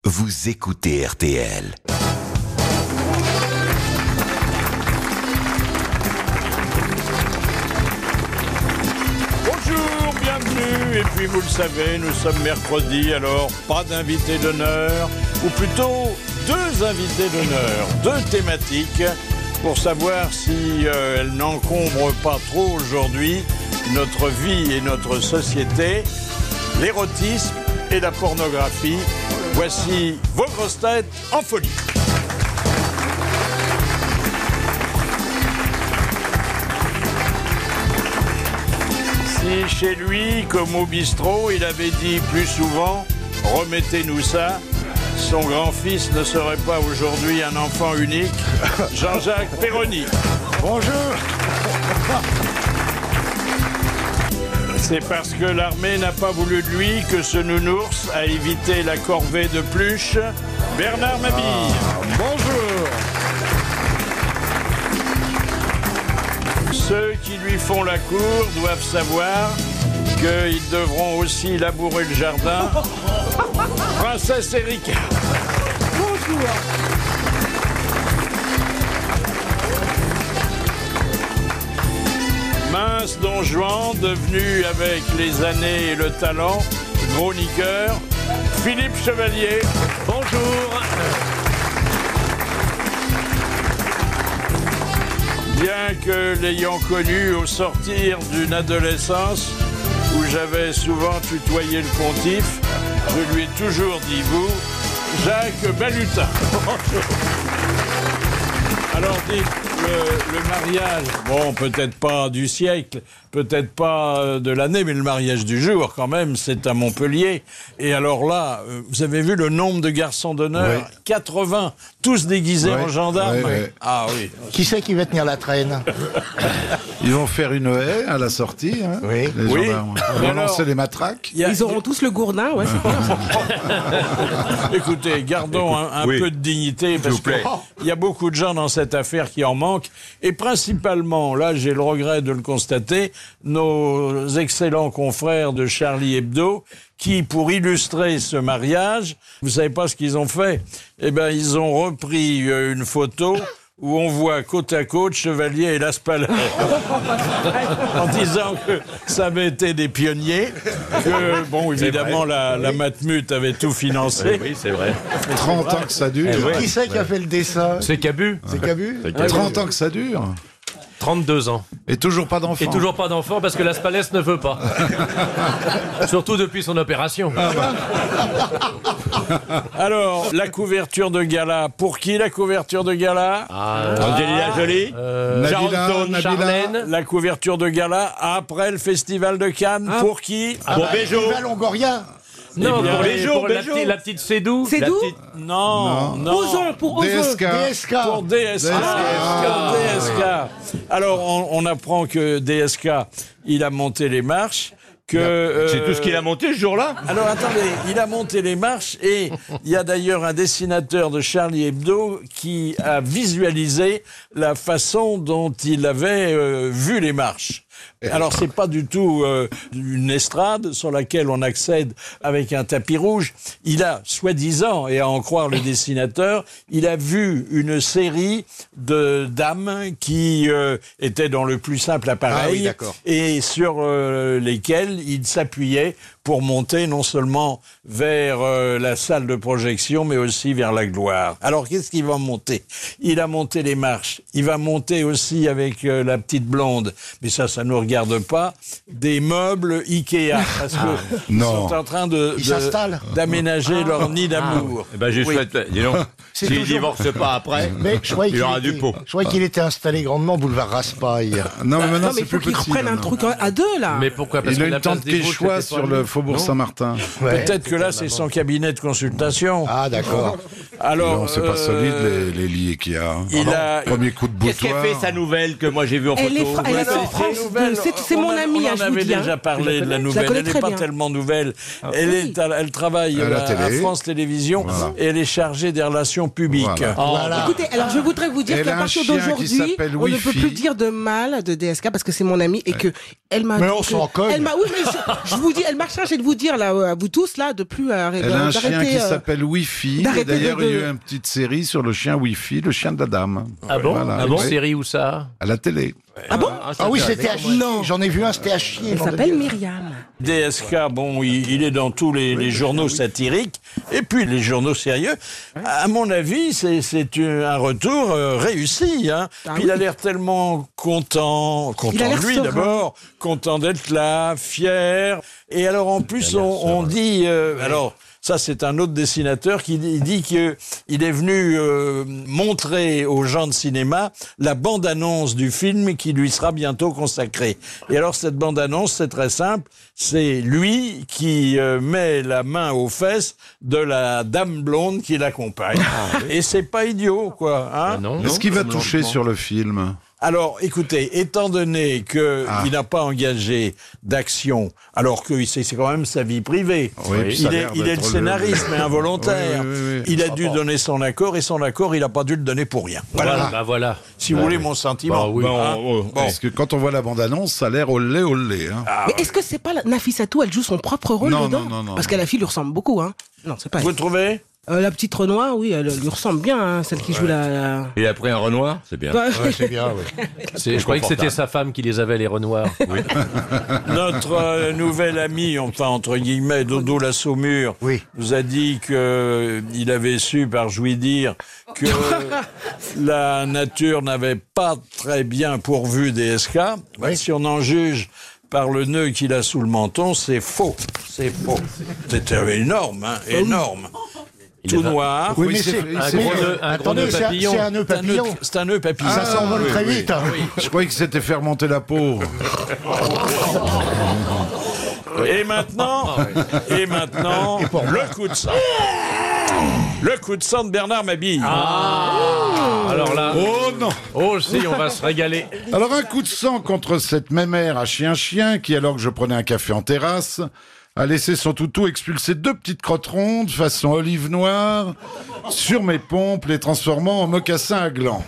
Vous écoutez RTL. Bonjour, bienvenue. Et puis vous le savez, nous sommes mercredi, alors pas d'invité d'honneur, ou plutôt deux invités d'honneur, deux thématiques, pour savoir si elles n'encombrent pas trop aujourd'hui notre vie et notre société, l'érotisme et la pornographie. Voici vos grosses têtes en folie. Si chez lui, comme au bistrot, il avait dit plus souvent « Remettez-nous ça », son grand-fils ne serait pas aujourd'hui un enfant unique, Jean-Jacques Perroni. Bonjour. C'est parce que l'armée n'a pas voulu de lui que ce nounours a évité la corvée de Pluche, Bernard Mabille. Bonjour. Ceux qui lui font la cour doivent savoir qu'ils devront aussi labourer le jardin. Princesse Erika. Bonjour. Mince Don Juan, devenu avec les années et le talent, chroniqueur, Philippe Chevalier. Bonjour. Bien que l'ayant connu au sortir d'une adolescence où j'avais souvent tutoyé le pontife, je lui ai toujours dit vous, Jacques Balutin. Alors dites, le mariage, bon, peut-être pas du siècle, peut-être pas de l'année, mais le mariage du jour, quand même, c'est à Montpellier. Et alors là, vous avez vu le nombre de garçons d'honneur ? Oui. 80, tous déguisés en gendarmes. Oui, oui. Ah oui. Qui c'est qui va tenir la traîne ? Ils vont faire une haie à la sortie, hein, oui. Les gendarmes. Ils vont lancer les matraques. Ils auront tous le gourdin, ouais, c'est bien. Écoutez, gardons un peu de dignité, parce qu'il y a beaucoup de gens dans cette affaire qui en manquent. Et principalement, là, j'ai le regret de le constater, nos excellents confrères de Charlie Hebdo, qui, pour illustrer ce mariage, vous savez pas ce qu'ils ont fait ? Eh ben, ils ont repris une photo où on voit côte à côte Chevalier et Las Palais, en disant que ça avait été des pionniers, que, bon, évidemment, la Matmut avait tout financé. Oui, c'est vrai. 30 ans que ça dure. Qui c'est qui a fait le dessin ? C'est Cabu. C'est Cabu ? 30 ans que ça dure. 32 ans. Et toujours pas d'enfant. Et toujours pas d'enfant parce que Las Palais ne veut pas. Surtout depuis son opération. Alors, la couverture de gala. Pour qui la couverture de gala ? Angelina Jolie, Nabila. Charlène. La couverture de gala après le Festival de Cannes. Pour qui ? Pour Béjo. Longoria. Non, bien, pour Béjo, pour la petite Sédou. Sédou ? Non. Ozon, pour Ozon. DSK. Pour DSK. Alors, on apprend que DSK, il a monté les marches. C'est tout ce qu'il a monté ce jour-là ? Alors attendez, il a monté les marches et il y a d'ailleurs un dessinateur de Charlie Hebdo qui a visualisé la façon dont il avait vu les marches. Alors c'est pas du tout une estrade sur laquelle on accède avec un tapis rouge. Il a, soi-disant, et à en croire le dessinateur, il a vu une série de dames qui étaient dans le plus simple appareil et sur lesquelles il s'appuyait pour monter non seulement vers la salle de projection, mais aussi vers la gloire. Alors, qu'est-ce qu'il va monter ? Il a monté les marches. Il va monter aussi avec la petite blonde, mais ça nous regarde pas, des meubles Ikea, parce que ils sont en train d'aménager leur nid d'amour. Eh ben, je souhaite, dis donc, s'il divorce pas après, il aura du pot. Je croyais qu'il était installé grandement boulevard Raspail. Non, mais maintenant, Non, mais c'est il faut plus qu'ils petit. reprennent un truc à deux, là. Mais pourquoi ? Parce Il a que la une tente place des Vosges, Quechua c'était pas sur lui. le Faubourg Non. Saint-Martin. Peut-être que là, c'est son cabinet de consultation. Ah, d'accord. Alors, Non, c'est pas solide, les lits Ikea. il a- Premier coup de Qu'est-ce boutoir. qu'elle fait sa nouvelle que moi j'ai vue en photo ? Elle est sur France 2. C'est mon amie, on je en vous avait dis. déjà parlé de la Je nouvelle. connais Elle n'est très pas bien. tellement nouvelle. Elle travaille À la à télé. France Télévisions Voilà. et elle est chargée des relations publiques. Voilà. Voilà. Écoutez, alors je voudrais vous dire Elle qu'à a un partir chien qui d'aujourd'hui, s'appelle on ne peut Wi-Fi. plus dire de mal de DSK parce que c'est mon amie et que elle m'a. Mais on s'en cogne. Elle m'a. Oui, mais je vous dis, elle marche chargé de vous dire, là, à vous tous, là, de plus Elle a un chien d'arrêter, qui s'appelle Wi-Fi. Et d'arrêter d'ailleurs, de- il y a eu une petite série sur le chien Wi-Fi, le chien de la dame. Ah bon Voilà, Ah bon oui. Série où ça? À la télé. Ah bon? Ah oui, c'était à chier. J'en ai vu un, c'était à chier. Elle nom de s'appelle Dieu. Myriam. DSK, bon, il est dans tous les journaux satiriques et puis les journaux sérieux. À mon avis, c'est un retour réussi. Hein. Ah Puis il a oui. l'air tellement content Il a l'air de lui serein. d'abord, content d'être là, fier. Et alors en plus, on dit, alors. Ça, c'est un autre dessinateur qui dit que il est venu montrer aux gens de cinéma la bande-annonce du film qui lui sera bientôt consacrée. Et alors, cette bande-annonce, c'est très simple. C'est lui qui met la main aux fesses de la dame blonde qui l'accompagne. Et c'est pas idiot, quoi. Hein Non. Est-ce qu'il va toucher sur le film? Alors, écoutez, étant donné qu'il n'a pas engagé d'action, alors que c'est quand même sa vie privée, Oui, puis ça a l'air il est le d'être scénariste, mais involontaire. Oui. Il a dû donner son accord, et son accord, il n'a pas dû le donner pour rien. Voilà. Bah voilà. Si vous voulez mon sentiment. Bah oui. Hein bon. Parce que quand on voit la bande-annonce, ça a l'air olé olé. Hein. Mais est-ce que c'est pas Nafissatou, elle joue son propre rôle Non, dedans? non. Parce que la fille lui ressemble beaucoup, hein. Non, c'est pas Vous elle. trouvez La petite Renoir, oui, elle lui ressemble bien, hein, celle qui joue la... Il a pris un Renoir, c'est bien. Ouais. Ouais, c'est bien, oui. Je croyais que c'était sa femme qui les avait, les Renoirs. Notre nouvel ami, enfin entre guillemets, Dodo la Saumure, Oui. nous a dit que il avait su, par jouy dire, que la nature n'avait pas très bien pourvu DSK. Oui. Si on en juge par le nœud qu'il a sous le menton, c'est faux. C'est faux. C'était énorme, hein, énorme. Tout noir. Oui, Oui, mais c'est- c'est. il Un s'est gros fait- nœud, un gros Attendez, nœud c'est papillon. un nœud papillon. C'est un nœud papillon. Ça s'envole très vite. Hein. Je croyais que c'était faire monter la peau. Et maintenant, le coup de sang. Le coup de sang de Bernard Mabille. Alors là, Oh non! oh si, on va se régaler. Alors un coup de sang contre cette mémère à chien-chien qui, alors que je prenais un café en terrasse, a laissé son toutou expulser 2 petites crottes rondes façon olive noire sur mes pompes, les transformant en mocassins à gland.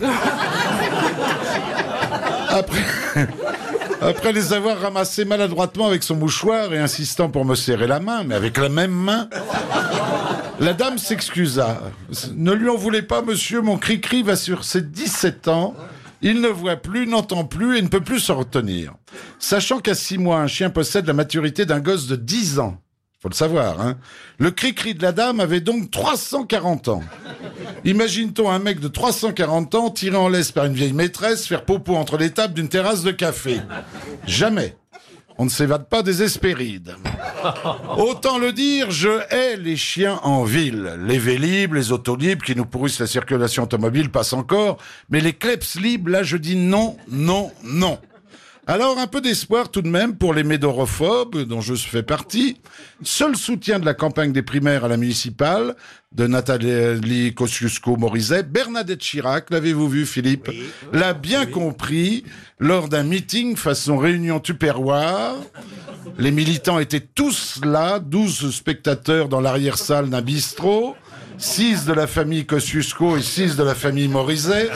Après les avoir ramassés maladroitement avec son mouchoir et insistant pour me serrer la main, mais avec la même main, la dame s'excusa. Ne lui en voulez pas, monsieur, mon cri-cri va sur ses 17 ans. Il ne voit plus, n'entend plus et ne peut plus se retenir. Sachant qu'à 6 mois, un chien possède la maturité d'un gosse de 10 ans. Faut le savoir, hein. Le cri-cri de la dame avait donc 340 ans. Imagine-t-on un mec de 340 ans tiré en laisse par une vieille maîtresse faire popo entre les tables d'une terrasse de café? Jamais. On ne s'évade pas des Hespérides. Autant le dire, je hais les chiens en ville. Les Vélib, les autolibres qui nous pourrissent la circulation automobile passent encore, mais les kleps libres, là je dis non, non, non. Alors un peu d'espoir tout de même pour les médorophobes, dont je fais partie. Seul soutien de la campagne des primaires à la municipale, de Nathalie Kosciusko-Morizet, Bernadette Chirac, l'avez-vous vu Philippe, l'a bien compris lors d'un meeting façon réunion tupperware. Les militants étaient tous là, 12 spectateurs dans l'arrière-salle d'un bistrot, 6 de la famille Kosciusko et 6 de la famille Morizet.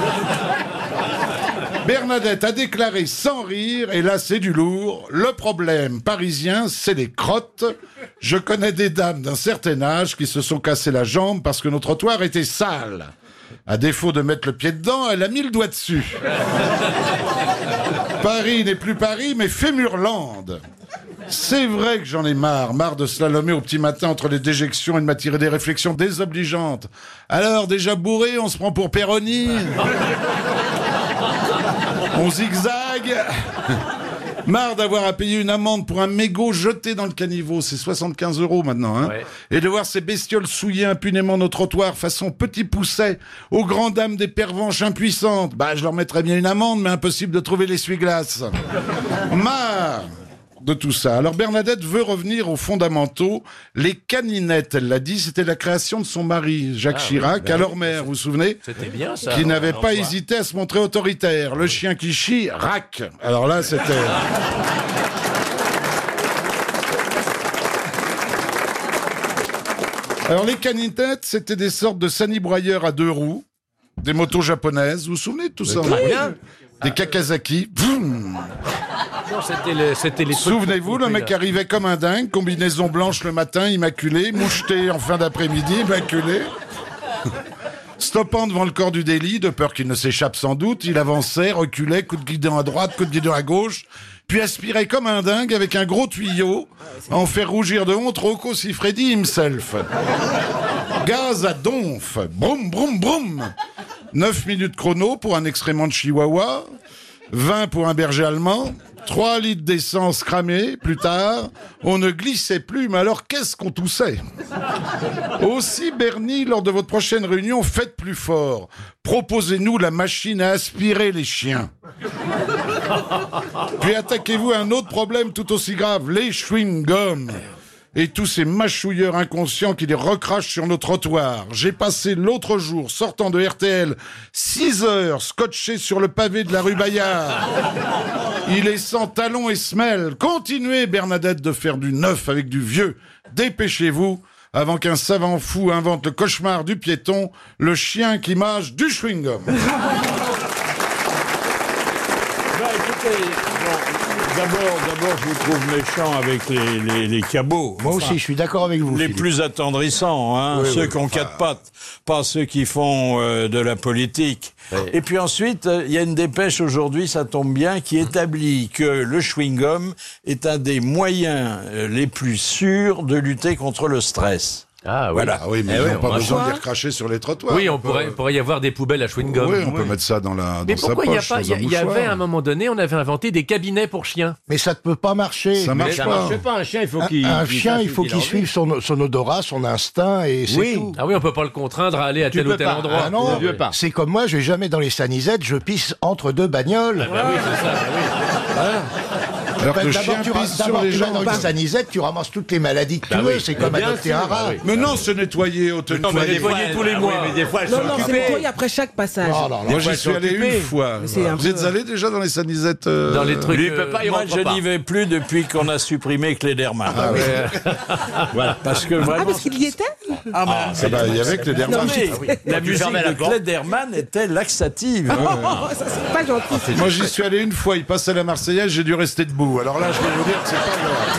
Bernadette a déclaré sans rire, et là c'est du lourd, le problème parisien c'est les crottes. Je connais des dames d'un certain âge qui se sont cassées la jambe parce que nos trottoirs étaient sales. À défaut de mettre le pied dedans, elle a mis le doigt dessus. Paris n'est plus Paris, mais Fémurland. C'est vrai que j'en ai marre de slalomer au petit matin entre les déjections et de m'attirer des réflexions désobligeantes. Alors, déjà bourré, on se prend pour Péroni. On zigzague. Marre d'avoir à payer une amende pour un mégot jeté dans le caniveau. C'est 75 € maintenant, hein. Ouais. Et de voir ces bestioles souiller impunément nos trottoirs façon petit pousset aux grandes dames des pervenches impuissantes. Bah, je leur mettrais bien une amende, mais impossible de trouver l'essuie-glace. Marre de tout ça. Alors Bernadette veut revenir aux fondamentaux. Les caninettes, elle l'a dit, c'était la création de son mari, Jacques Chirac, alors maire, vous vous souvenez? C'était bien ça. Qui n'avait pas hésité à se montrer autoritaire. Le chien qui chie, rac. Alors là, c'était... Alors les caninettes, c'était des sortes de sanibroyeurs à 2 roues, des motos japonaises. Vous vous souvenez de tout ça? Bien. Des Kakazaki. Vroom. C'était les trucs. Souvenez-vous, le mec arrivait comme un dingue, combinaison blanche le matin, immaculé, moucheté en fin d'après-midi, immaculé. Stoppant devant le corps du délit, de peur qu'il ne s'échappe sans doute, il avançait, reculait, coup de guidon à droite, coup de guidon à gauche, puis aspirait comme un dingue avec un gros tuyau, à en faire rougir de honte Rocco Siffredi himself. Gaz à donf, broum, broum, broum. 9 minutes chrono pour un excrément de chihuahua, 20 pour un berger allemand, 3 litres d'essence cramée. Plus tard, on ne glissait plus, mais alors qu'est-ce qu'on toussait? Aussi, Bernie, lors de votre prochaine réunion, faites plus fort. Proposez-nous la machine à aspirer les chiens. Puis attaquez-vous à un autre problème tout aussi grave, les chewing-gums. Et tous ces mâchouilleurs inconscients qui les recrachent sur nos trottoirs. J'ai passé l'autre jour, sortant de RTL, 6 heures scotché sur le pavé de la rue Bayard. Il est sans talons et semelles. Continuez, Bernadette, de faire du neuf avec du vieux. Dépêchez-vous, avant qu'un savant fou invente le cauchemar du piéton, le chien qui mâche du chewing-gum. Bah, écoutez, d'abord, je vous trouve méchant avec les cabots. Moi aussi, je suis d'accord avec vous. Les Philippe. plus attendrissants, hein, ceux qui ont 4 pattes, pas ceux qui font de la politique. Et puis ensuite, il y a une dépêche aujourd'hui, ça tombe bien, qui établit que le chewing-gum est un des moyens les plus sûrs de lutter contre le stress. Ah oui. Voilà. Ah oui, mais ils n'ont pas besoin de les recracher sur les trottoirs. Oui, pourrait y avoir des poubelles à chewing-gum. Oui, on peut mettre ça dans Mais sa pourquoi poche, il y avait à un moment donné, on avait inventé des cabinets pour chiens. Mais ça ne peut pas marcher. Ça marche Ça pas. marche pas, un chien, il faut qu'il... Un chien, il faut qu'il en suive son odorat, son instinct, et c'est Oui. tout. Ah oui, on peut pas le contraindre à aller à tel ou peux tel pas. endroit. Ah non, ne veux pas. c'est comme moi, je vais jamais dans les sanisettes, je pisse entre 2 bagnoles. Bah oui, c'est ça. Bah oui. Alors que le chien D'abord, pisse sur d'abord, les tu vas gens. dans une sanisette, tu ramasses toutes les maladies que tu Bah veux, oui. c'est comme Bien adopter sûr, un rat. bah oui. Mais non, se nettoyer, autant Non, mais nettoyer. nettoyer tous les mois. Oui, mais des fois, elles Non, sont non, c'est occupées. nettoyé après chaque passage. Oh là là. Moi, j'y fois, suis elles allé sont une occupées. fois. C'est un Vous êtes peu- allé déjà dans les sanisettes Dans les trucs. Lui, il peut pas y Moi, rentre je pas. n'y vais plus depuis qu'on a supprimé Cléderman. Voilà. Parce que Ah, vraiment... parce qu'il y était Ah, Ah bah, il y avait que les non, derniers. mais la Tu musique fermais la de porte. Cléderman était laxative. Oh, ça, c'est pas gentil. Moi, j'y suis allé une fois, il passait la Marseillaise, j'ai dû rester debout. Alors là, je vais vous dire que c'est pas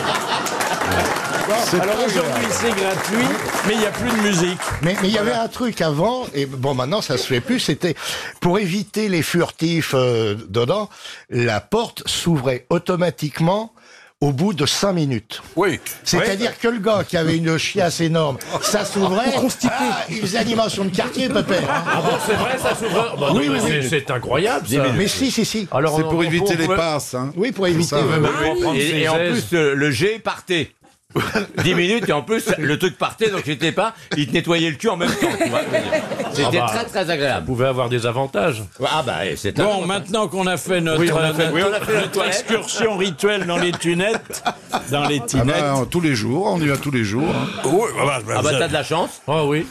grave. C'est Alors pas aujourd'hui, grave. c'est gratuit, mais il n'y a plus de musique. Mais il y avait un truc avant, et bon, maintenant ça se fait plus, c'était pour éviter les furtifs dedans, la porte s'ouvrait automatiquement au bout de 5 minutes. Oui. C'est-à-dire que le gars qui avait une chiasse énorme, ça s'ouvrait, il faisait animation de quartier, pépère. Hein. Ah bon, c'est vrai, ça s'ouvre. Bah, Oui, non, oui, mais oui. c'est incroyable, ça. Mais si. Alors, C'est on- pour on- éviter on les pourrait- passes. Hein. Oui, pour éviter. ça, ouais. on prend ses Et en aises. plus, le jet partait. 10 minutes, et en plus, le truc partait, donc j'étais pas, il te nettoyait le cul en même temps. Tu vois. C'était Ah bah. très, très Ça agréable. pouvait avoir des avantages. Ah bah, c'est Bon, maintenant qu'on a fait notre, Oui, on a fait notre notre excursion rituelle dans les tunettes, dans les Ah tinettes. bah, tous les jours, on y va tous les jours. Hein. Oui, bah, Ah bah, t'as de la chance. Ah oui.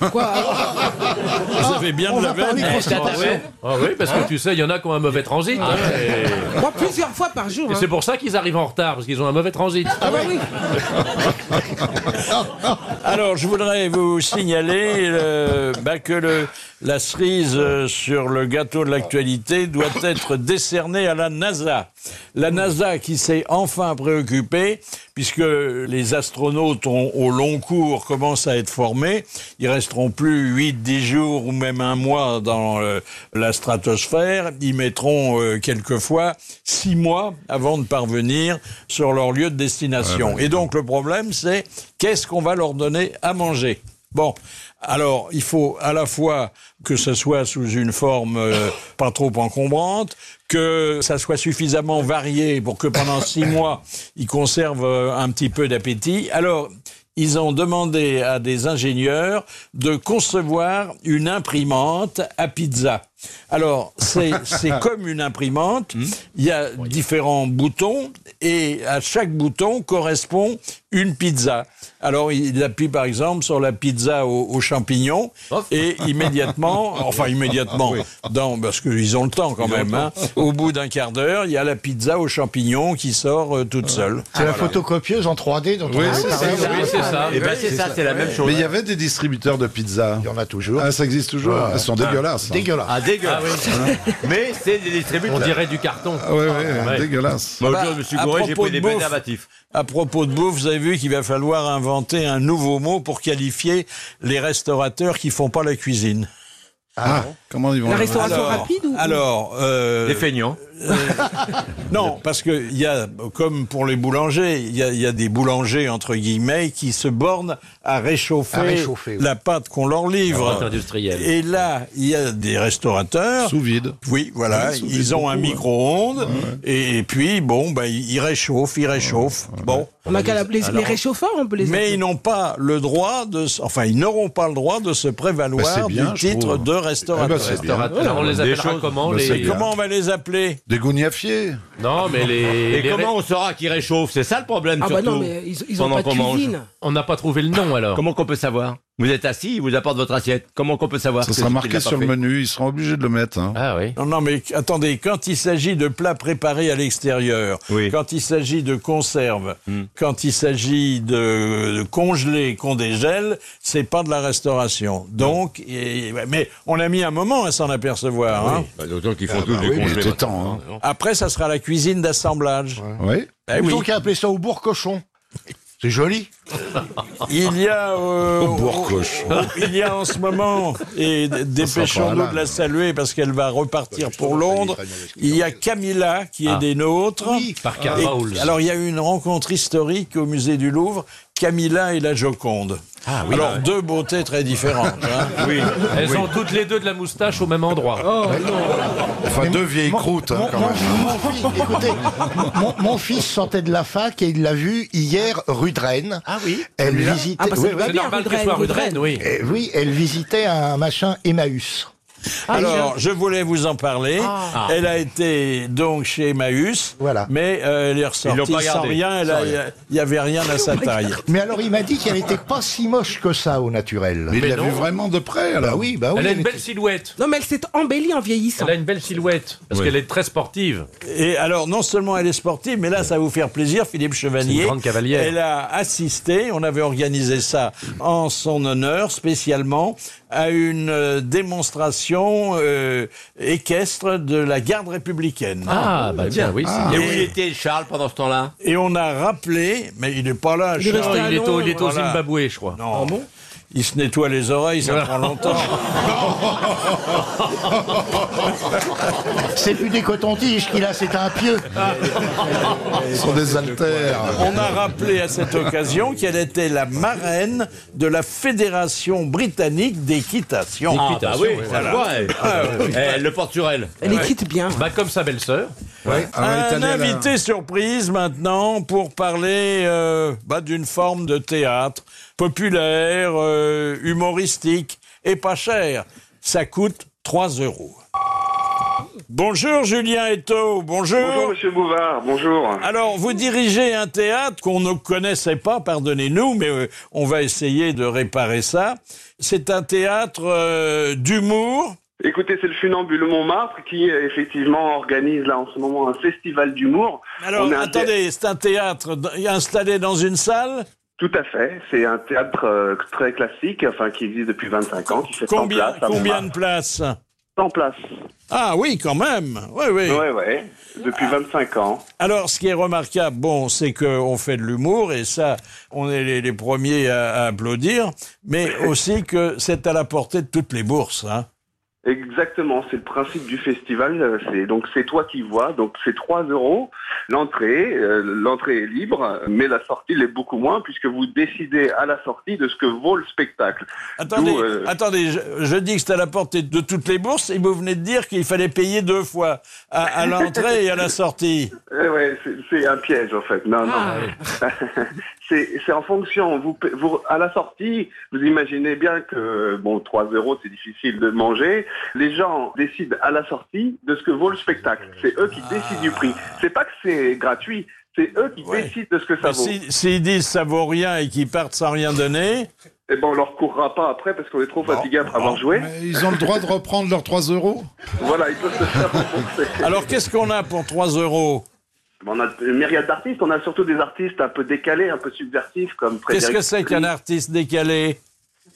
vous avez bien de la veine. Ah oui, parce que tu sais, il y en a qui ont un mauvais transit. hein, et Moi, plusieurs fois par jour. et hein. c'est pour ça qu'ils arrivent en retard, parce qu'ils ont un mauvais transit. Ah bah oui. Alors, je voudrais vous signaler que la cerise sur le gâteau de l'actualité doit être décernée à la NASA. La NASA qui s'est enfin préoccupée, puisque les astronautes au long cours commencent à être formés. Ils resteront plus 8-10 jours ou même un mois dans la stratosphère. Ils mettront quelquefois 6 mois avant de parvenir sur leur lieu de destination. Et donc, le problème, c'est qu'est-ce qu'on va leur donner à manger? Bon, alors il faut à la fois que ce soit sous une forme pas trop encombrante, que ça soit suffisamment varié pour que pendant 6 mois, ils conservent un petit peu d'appétit. Alors, ils ont demandé à des ingénieurs de concevoir une imprimante à pizza. Alors, c'est comme une imprimante, il y a différents boutons et à chaque bouton correspond une pizza. Alors, il appuie par exemple sur la pizza aux champignons et immédiatement, parce qu'ils ont le temps quand même, hein, au bout d'un quart d'heure, il y a la pizza aux champignons qui sort toute seule. C'est la photocopieuse en 3D dont Oui, on a c'est parlé. ça. Oui, c'est ça. Et ben, c'est ça, c'est la même chose. Mais il y avait des distributeurs de pizza. Il y en a toujours. Ah, ça existe toujours. Elles sont dégueulasses. hein. Dégueulasse. Ah, dégueulasse. Mais c'est des distributeurs. On dirait du carton. Ah ouais, dégueulasse. Moi, Bah, je me suis à gouré, j'ai propos pris des de bouffe, préservatifs. À propos de bouffe, vous avez vu qu'il va falloir inventer un nouveau mot pour qualifier les restaurateurs qui font pas la cuisine. Ah, comment ils vont La le- restauration rapide ou Des feignants. non, parce que il y a, comme pour les boulangers, il y a des boulangers entre guillemets qui se bornent à réchauffer, oui. la pâte qu'on leur livre. Pâte industrielle. Et là, il y a des restaurateurs. Sous vide. Oui, voilà, Ouais, sous vide, ils ont un beaucoup, micro-ondes et puis bon, bah, ils réchauffent. Bon. On a qu'à les réchauffeurs, on peut les Mais appeler. ils n'ont pas le droit ils n'auront pas le droit de se prévaloir Bah, c'est bien, du je titre trouve. de restaurateur. Eh ben, c'est bien. Alors, on les appellera choses- comment Bah, c'est les... bien. Comment on va les appeler? Des gougnafiers. Non, mais les... Et les- comment on saura qu'ils réchauffent? C'est ça le problème, Ah bah surtout. non, mais ils ont pendant pas de qu'on mange. cuisine. On n'a pas trouvé le nom, alors. Comment qu'on peut savoir? Vous êtes assis, ils vous apportent votre assiette. Comment qu'on peut savoir? Ça que sera c'est lui qui marqué l'a pas sur le fait menu. Ils seront obligés de le mettre. Hein. Ah oui. Non, mais attendez, quand il s'agit de plats préparés à l'extérieur, Oui. quand il s'agit de conserves, quand il s'agit de congelés qu'on dégèle, c'est pas de la restauration. Donc, mais on a mis un moment à s'en apercevoir. Hein. Bah, d'autant qu'ils font tous oui, du mais congelé. il était temps. Hein. Après, ça sera la cuisine d'assemblage. Oui. Eh Ils oui. ont qu'à appeler ça au bourg-cochon. C'est joli. Il y a bourg-cochon. il y a en ce moment, et dépêchons-nous de la saluer parce qu'elle va repartir pour Londres, il y a Camilla qui est des nôtres. Par Et- Karl Raoul. alors il y a eu une rencontre historique au musée du Louvre, Camilla et la Joconde. Alors deux beautés très différentes. Hein. Oui. Elles ont toutes les deux de la moustache au même endroit. Enfin, deux vieilles croûtes, hein, quand même. Mon fils, écoutez, mon fils sortait de la fac et il l'a vu hier rue de Rennes. Ah oui. Elle visitait. Ah bah ça oui, va C'est bien, normal rue de qu'elle Rennes, soit rue rue de de Rennes, oui. oui, elle visitait un machin Emmaüs. Alors je voulais vous en parler. Elle a été donc chez Emmaüs, Voilà. mais elle est Ils l'ont ressortie pas sans gardée. rien. Il y avait rien à sa taille. Mais alors il m'a dit qu'elle était pas si moche que ça au naturel. Mais il l'a non. vu vraiment de près, alors. Bah oui. Elle a elle une belle était- silhouette. Non, mais elle s'est embellie en vieillissant. Elle a une belle silhouette. Parce Oui. qu'elle est très sportive. Et alors, non seulement elle est sportive, mais là, ça va vous faire plaisir, Philippe Chevanier. C'est une grande cavalière. Elle a assisté, on avait organisé ça en son honneur, spécialement, à une démonstration équestre de la garde républicaine. Ah, bah tiens, oui. Et où il était, Charles, pendant ce temps-là? Et on a rappelé, mais il n'est pas là, Il est Charles. resté à Il est au Londres, voilà. Zimbabwe, je crois. Non. Il se nettoie les oreilles, ça prend longtemps. C'est plus des cotons-tiges qu'il a, c'est un pieu. Ce sont des haltères. On a rappelé à cette occasion qu'elle était la marraine de la Fédération britannique d'équitation. Ah, bah oui, oui, ça se voit, elle. Elle le porte sur elle. Elle équipe bien. Bah, comme sa belle-sœur. Alors, elle est Un allée à la- invité surprise maintenant pour parler d'une forme de théâtre populaire, humoristique et pas cher. Ça coûte 3 €. Bonjour Julien Eto, bonjour. Bonjour Monsieur Bouvard, bonjour. Alors, vous dirigez un théâtre qu'on ne connaissait pas, pardonnez-nous, mais on va essayer de réparer ça. C'est un théâtre d'humour. Écoutez, c'est le Funambule Montmartre qui effectivement organise là en ce moment un festival d'humour. Alors, On est un attendez, c'est un théâtre installé dans une salle. Tout à fait, c'est un théâtre très classique, enfin qui existe depuis 25 ans, qui fait 100 Combien places. à de Montmartre. places? 100 places. Ah oui, quand même. Oui, oui. Ouais, depuis 25 ans. Alors, ce qui est remarquable, bon, c'est qu'on fait de l'humour, et ça, on est les premiers à applaudir, mais aussi que c'est à la portée de toutes les bourses. Hein. Exactement, c'est le principe du festival. C'est toi qui vois, donc c'est 3 €. L'entrée est libre, mais la sortie l'est beaucoup moins puisque vous décidez à la sortie de ce que vaut le spectacle. Attendez, D'où, attendez, je dis que c'est à la portée de toutes les bourses, et vous venez de dire qu'il fallait payer 2 fois, à l'entrée et à la sortie. Ouais, c'est un piège en fait. Non. C'est en fonction. Vous, à la sortie, vous imaginez bien que 3 € c'est difficile de manger. Les gens décident à la sortie de ce que vaut le spectacle. C'est eux qui décident du prix. C'est pas que c'est gratuit. C'est eux qui décident de ce que ça Mais vaut. s'ils disent ça vaut rien et qu'ils partent sans rien donner, Et on leur courra pas après parce qu'on est trop fatigué après avoir joué. Mais ils ont le droit de reprendre leurs 3 €. Voilà, ils peuvent se faire rembourser. alors qu'est-ce qu'on a pour 3 €? On a une myriade d'artistes. On a surtout des artistes un peu décalés, un peu subversifs comme Qu'est-ce Frédéric que c'est qu'un Pry. artiste décalé?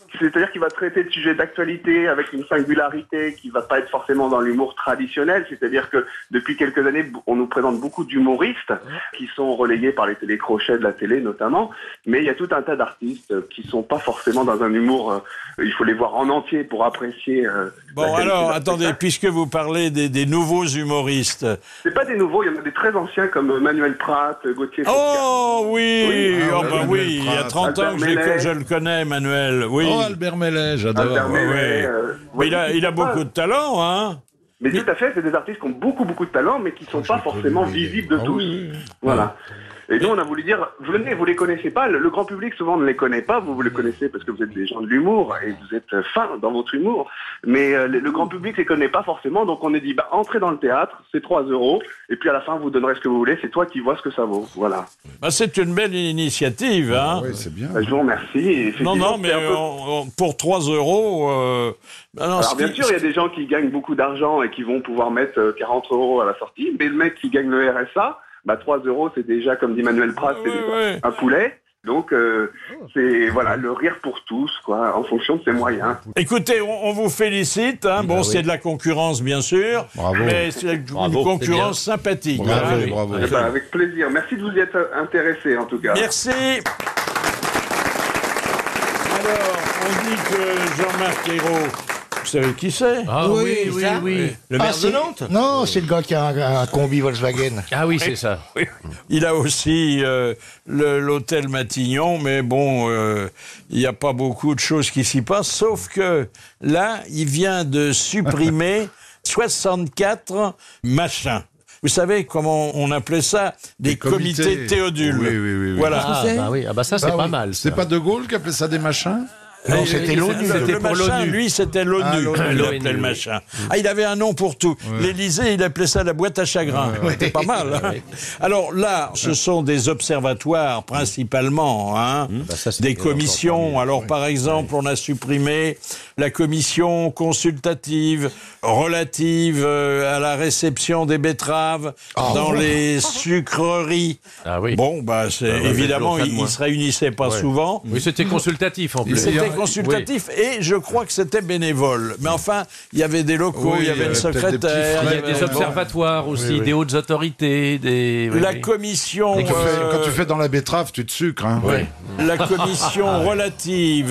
C'est-à-dire qu'il va traiter de sujets d'actualité avec une singularité qui va pas être forcément dans l'humour traditionnel. C'est-à-dire que depuis quelques années, on nous présente beaucoup d'humoristes qui sont relayés par les télécrochets de la télé notamment. Mais il y a tout un tas d'artistes qui sont pas forcément dans un humour. Il faut les voir en entier pour apprécier. Bon, alors, attendez, puisque vous parlez des nouveaux humoristes. C'est pas des nouveaux, il y en a des très anciens comme Manuel Prat, Gauthier Faucard. Oh oui, Manuel il y a Prat. 30 ans que je le connais, Manuel. Oui. Oh, Albert Mellet, j'adore. Albert Mellet, Mais il a beaucoup de talent, hein. Mais tout à fait, c'est des artistes qui ont beaucoup de talent, mais qui sont pas forcément visibles de tous. Voilà. Et nous, on a voulu dire, venez, vous les connaissez pas, le grand public souvent ne les connaît pas, vous les connaissez parce que vous êtes des gens de l'humour et vous êtes fins dans votre humour, mais le grand public les connaît pas forcément, donc on a dit, entrez dans le théâtre, c'est 3 €, et puis à la fin, vous donnerez ce que vous voulez, c'est toi qui vois ce que ça vaut, voilà. C'est une belle initiative, hein. Oui, c'est bien. Je vous remercie. Non, mais pour 3 €... Alors bien sûr, il y a des gens qui gagnent beaucoup d'argent et qui vont pouvoir mettre 40 € à la sortie, mais le mec qui gagne le RSA, 3 €, c'est déjà, comme dit Manuel Prat, c'est un poulet. Donc, c'est voilà le rire pour tous, quoi, en fonction de ses moyens. Écoutez, on vous félicite. Hein. Bon, c'est de la concurrence, bien sûr, Bravo. mais c'est une concurrence sympathique. Bravo, hein. bravo. Avec plaisir. Merci de vous y être intéressé, en tout cas. Merci. Alors, on dit que Jean-Marc Ayrault, vous savez qui c'est? Ah oui. Le maire de Nantes? Non, c'est le gars qui a un combi Volkswagen. Ah oui, c'est ça. Il a aussi l'hôtel Matignon, mais bon, il n'y a pas beaucoup de choses qui s'y passent, sauf que là, il vient de supprimer 64 machins. Vous savez comment on appelait ça? Des comités Théodule. Oui. Voilà. Ça c'est pas mal. C'est pas De Gaulle qui appelait ça des machins? Non, c'était l'ONU. Le pour machin, l'ONU. lui, c'était l'ONU. Il appelait le machin. Ah, il avait un nom pour tout. L'Élysée, il appelait ça la boîte à chagrin. C'était pas mal. Hein. Alors là, ce sont des observatoires principalement, hein, des commissions. Alors par exemple, on a supprimé la commission consultative relative à la réception des betteraves dans les sucreries. Ah oui. Bon, évidemment, ils se réunissaient pas souvent. Oui, c'était consultatif en plus. C'était consultatif et je crois que c'était bénévole. Mais enfin, il y avait des locaux, il y avait une secrétaire. Il y a des observatoires aussi, des hautes autorités, la commission... Quand tu fais dans la betterave, tu te sucres. Hein. La commission relative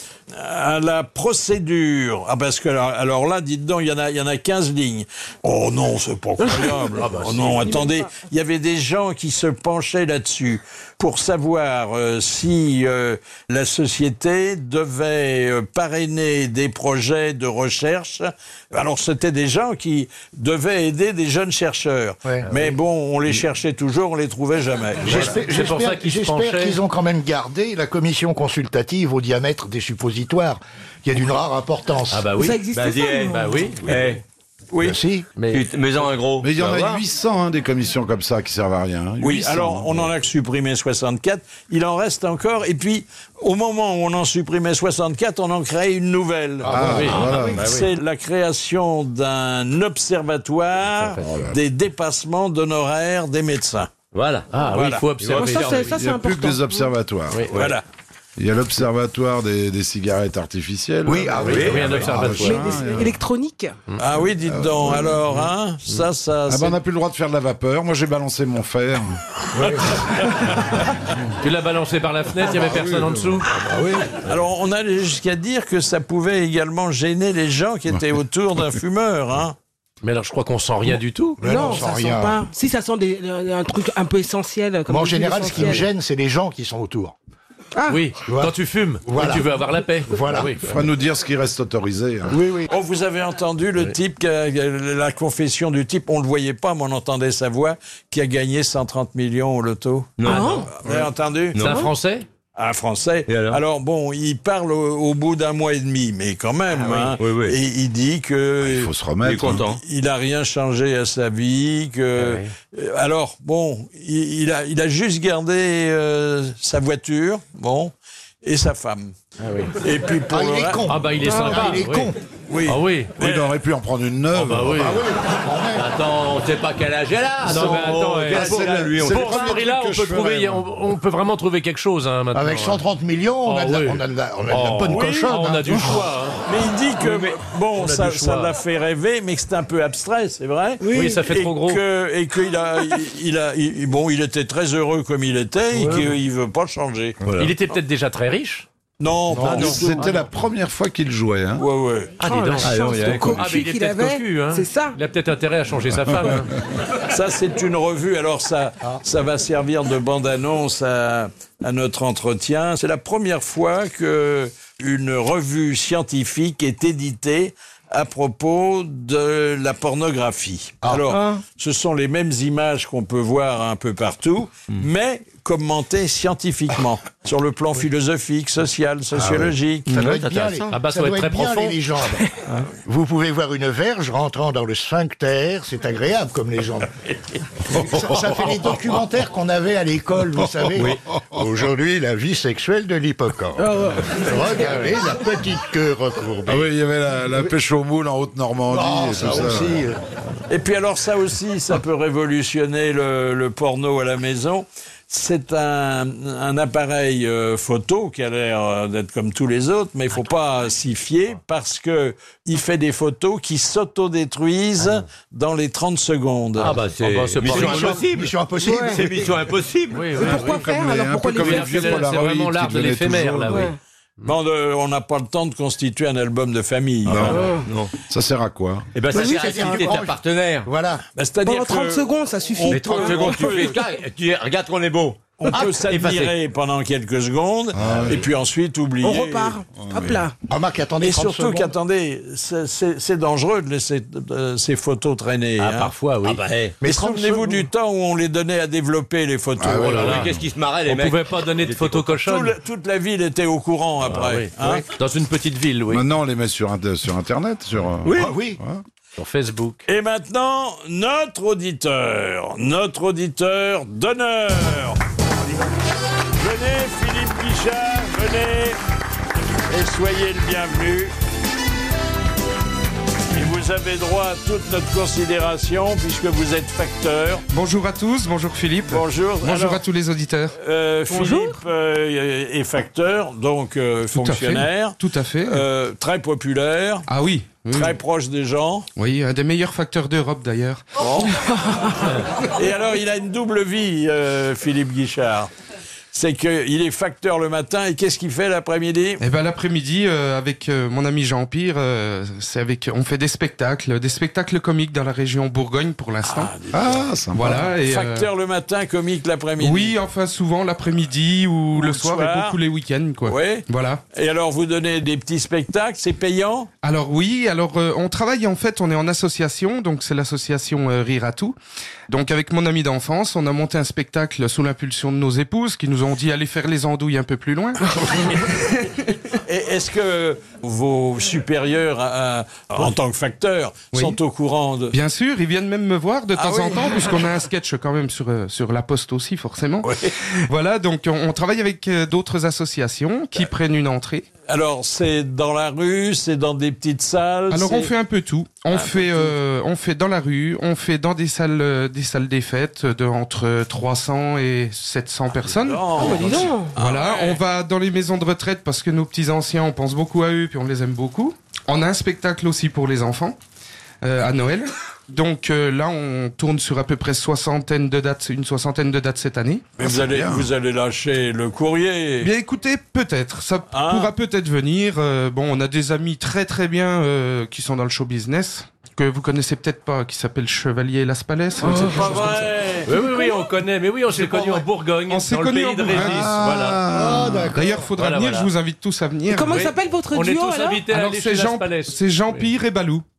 à la procédure. Ah, parce que alors là, dites donc, il y en a 15 lignes. Oh non, c'est pas croyable. Oh non, attendez, il y avait des gens qui se penchaient là-dessus pour savoir si la société devait parrainer des projets de recherche. Alors c'était des gens qui devaient aider des jeunes chercheurs. Mais bon, on les cherchait toujours, on les trouvait jamais. J'espère qu'ils ont quand même gardé la commission consultative au diamètre des suppositoires, qui est d'une rare importance. Ah bah oui. Ça existe oui. Oui. Si. Mais en gros. Mais il y en a 800 des commissions comme ça qui servent à rien. Hein. Oui, 800, alors on en a supprimé 64, il en reste encore, et puis au moment où on en supprimait 64, on en crée une nouvelle. C'est la création d'un observatoire des dépassements d'honoraires des médecins. Voilà. Il faut observer. Ça, c'est Il n'y a plus important. que des observatoires. Voilà. Il y a l'observatoire des cigarettes artificielles. Oui, un observatoire. Mais électronique. Ah oui, dites donc, alors, hein, ça... on n'a plus le droit de faire de la vapeur. Moi, j'ai balancé mon fer. Tu l'as balancé par la fenêtre, il n'y avait personne en dessous. Alors, on allait jusqu'à dire que ça pouvait également gêner les gens qui étaient autour d'un fumeur, hein. Mais alors je crois qu'on sent rien du tout. Non, sent ça sent rien. pas. Si, ça sent un truc un peu essentiel. Comme Moi, en des général, ce qui me essentiels. gêne, c'est les gens qui sont autour. Oui, vois. quand tu fumes, Voilà. tu veux avoir la paix. Voilà. Oui. Il faut nous dire ce qui reste autorisé. Hein. Oui. Oh, vous avez entendu le type, la confession du type, on le voyait pas, mais on entendait sa voix, qui a gagné 130 millions au loto. Non. Vous avez entendu? C'est un Français? Un Français. Et alors bon, il parle au bout d'un mois et demi, mais quand même. Hein, Oui. Et il dit que Il faut se remettre. Il est content. il a rien changé à sa vie. Que alors bon, il a juste gardé sa voiture, bon, et sa femme. Et puis pour il le est reste- con. Ah bah il est sympa. il est oui. con. Oui. Ah oui. Il aurait pu en prendre une neuve. Ah bah oui. Attends, on sait pas quel âge elle a. Non, mais attends, quel âge elle a, lui, on c'est sait le Pour pas. ce premier prix-là, truc on que peut je trouver, ferais, on peut vraiment trouver quelque chose hein, maintenant. Avec 130 millions, on a de la, oui. on a de la bonne Oui, cochonne. on a hein. du choix. hein. Mais il dit que bon, a ça du choix. l'a fait rêver, mais que c'est un peu abstrait, c'est vrai. Oui, ça fait Et trop gros. Et qu'il était très heureux comme il était et qu'il veut pas changer. Il était peut-être déjà très riche. Non, pas du tout. C'était la première fois qu'il jouait. Hein. Ouais, ouais. Ah, Oh, dis la donc. chance il y a de un cocu Ah, mais il est qu'il peut-être avait. cocu, hein. C'est ça. Il a peut-être intérêt à changer sa femme. hein. Ça, c'est une revue. Alors, ça va servir de bande-annonce à notre entretien. C'est la première fois que une revue scientifique est éditée à propos de la pornographie. Alors, ce sont les mêmes images qu'on peut voir un peu partout, mais commentées scientifiquement, sur le plan philosophique, social, sociologique. Ça doit être bien, Ah bah, ça doit être très bien profond. les légendes. Vous pouvez voir une verge rentrant dans le sphincter, c'est agréable comme légende. Ça fait les documentaires qu'on avait à l'école, vous savez. Aujourd'hui, la vie sexuelle de l'hippocampe. Regardez la petite queue recourbée. Ah oui, il y avait la pêche au moule en Haute-Normandie Oh, et ça tout ça. aussi. Et puis alors ça aussi, ça peut révolutionner le porno à la maison. C'est un appareil photo qui a l'air d'être comme tous les autres, mais il faut pas s'y fier parce que il fait des photos qui s'autodétruisent dans les 30 secondes. Ah bah c'est c'est mission pas- impossible. Mission impossible. C'est mission impossible. Oui, Mais oui. pourquoi faire comme les- alors un pourquoi peu comme les les faire vieux C'est Polaroid vraiment l'art qui de devenaient l'éphémère, toujours- là, oui. Ouais. Bon, on n'a pas le temps de constituer un album de famille. Non. Ça sert à quoi? Eh ben ça Oui, sert ça à sert à citer quoi ta partenaire. Voilà. Bah, c'est-à-dire Pendant 30 que secondes, ça suffit. Les 30 secondes, tu fais ça, tu regarde qu'on est beau. on peut effacé. s'admirer pendant quelques secondes et puis ensuite oublier. On repart. Hop là. Remarque, attendez Et 30 surtout secondes. qu'attendez, c'est dangereux de laisser ces photos traîner. Ah, hein. parfois, oui. Ah bah, hey. Mais 30 souvenez-vous secondes. du temps où on les donnait à développer, les photos. Ah ouais, Oh là Oui, là. qu'est-ce qui se marrait les On mecs. pouvait pas donner de photos cochonnes. Toute la ville était au courant après. Ah, oui. hein. Dans une petite ville, oui. Maintenant, on les met sur Internet, sur. Oui. Ah oui. Sur Facebook. Et maintenant, notre auditeur d'honneur. Venez, Philippe Guichard, venez, et soyez le bienvenu. Et vous avez droit à toute notre considération, puisque vous êtes facteur. Bonjour à tous, bonjour Philippe. Bonjour. Bonjour Alors, à tous les auditeurs. Philippe est facteur, donc Tout à fait. fonctionnaire, Tout à fait. très populaire, Ah oui. Oui, très oui. proche des gens. Oui, un des meilleurs facteurs d'Europe d'ailleurs. Bon. Et alors, il a une double vie, Philippe Guichard. C'est qu'il est facteur le matin et qu'est-ce qu'il fait l'après-midi? Et ben l'après-midi avec mon ami Jean-Pierre, on fait des spectacles comiques dans la région Bourgogne pour l'instant. Ah, sympa. Voilà. Et, Facteur le matin, comique l'après-midi. oui, enfin souvent l'après-midi ou le soir et beaucoup les week-ends quoi. Oui. Voilà. Et alors, vous donnez des petits spectacles, c'est payant? Alors oui, on travaille en fait, on est en association, donc c'est l'association Rire à tout. Donc avec mon ami d'enfance, on a monté un spectacle sous l'impulsion de nos épouses qui nous ont dit aller faire les andouilles un peu plus loin. Et est-ce que vos supérieurs, en tant que facteur, Oui. sont au courant de... Bien sûr, ils viennent même me voir de temps oui. en temps, puisqu'on a un sketch quand même sur la Poste aussi, forcément. Oui. Voilà, donc on travaille avec d'autres associations qui prennent une entrée. Alors, c'est dans la rue, c'est dans des petites salles? Alors c'est- on fait un peu tout. On fait dans la rue, on fait dans des salles des fêtes de entre 300 et 700 personnes. Non, Dis donc. Voilà, on va dans les maisons de retraite parce que nos petits anciens, on pense beaucoup à eux puis on les aime beaucoup. On a un spectacle aussi pour les enfants à Noël. Donc là, on tourne sur à peu près une soixantaine de dates cette année. mais vous allez lâcher le courrier. Bien écoutez, peut-être, ça Ah. pourra peut-être venir. Bon, on a des amis très très bien qui sont dans le show business que vous connaissez peut-être pas, qui s'appelle Chevalier Las Palais. C'est pas vrai. Oui, on connaît. Mais oui, on s'est connus en Bourgogne, On s'est dans le connus pays en de Bourgogne. Régis. Voilà. Ah, d'accord. D'ailleurs, faudra Voilà, venir. voilà. Je vous invite tous à venir. Comment Oui. s'appelle votre On est duo tous alors invités à Alors aller c'est chez Las Palais. Jean-Pierre et Balou.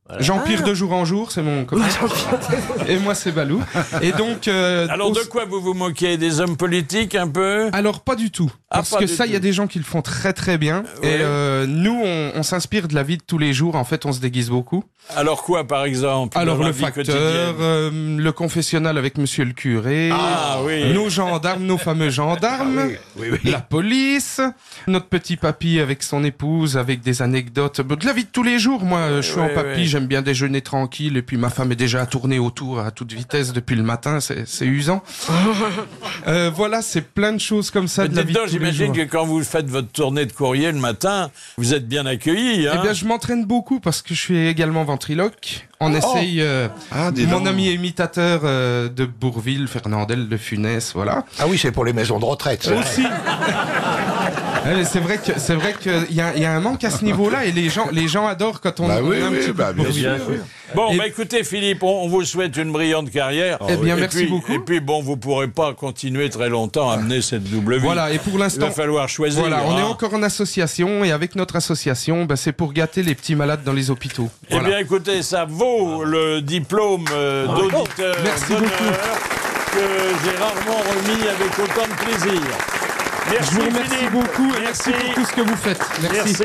Voilà. J'empire de jour en jour, c'est mon copain. Et moi, c'est Balou. Et donc. Alors, de quoi vous vous moquez? Des hommes politiques, un peu? Alors, pas du tout. Parce que ça, il y a des gens qui le font très très bien. Ouais. Et nous, on s'inspire de la vie de tous les jours. En fait, on se déguise beaucoup. Alors quoi, par exemple? Alors, dans la le vie facteur, quotidienne le confessionnal avec monsieur le curé. Ah oui. Nos gendarmes, nos fameux gendarmes. La police. Notre petit papy avec son épouse, avec des anecdotes. De la vie de tous les jours. Moi, je suis en papy, j'aime bien déjeuner tranquille. Et puis, ma femme est déjà à tourner autour à toute vitesse depuis le matin. C'est usant. Voilà, c'est plein de choses comme ça de la vie de tous les jours. J'imagine que quand vous faites votre tournée de courrier le matin, vous êtes bien accueilli. Hein? Eh bien, je m'entraîne beaucoup parce que je suis également ventriloque. On essaye. Mon ami imitateur de Bourville, Fernandel de Funès, voilà. Ah oui, c'est pour les maisons de retraite. Ça. Aussi. C'est vrai qu'il y a un manque à ce niveau-là et les gens adorent quand on. Bah oui, un petit peu de bien sûr. Bon, écoutez Philippe, on vous souhaite une brillante carrière. Eh bien, merci beaucoup. Et puis bon, vous pourrez pas continuer très longtemps à mener cette double vie. Voilà, et pour l'instant, il va falloir choisir. Voilà, on est encore en association et avec notre association, c'est pour gâter les petits malades dans les hôpitaux. Voilà. Eh bien, écoutez, ça vaut le diplôme d'auditeur d'honneur que j'ai rarement remis avec autant de plaisir. Merci, je vous remercie Philippe. beaucoup et merci pour tout ce que vous faites. Merci.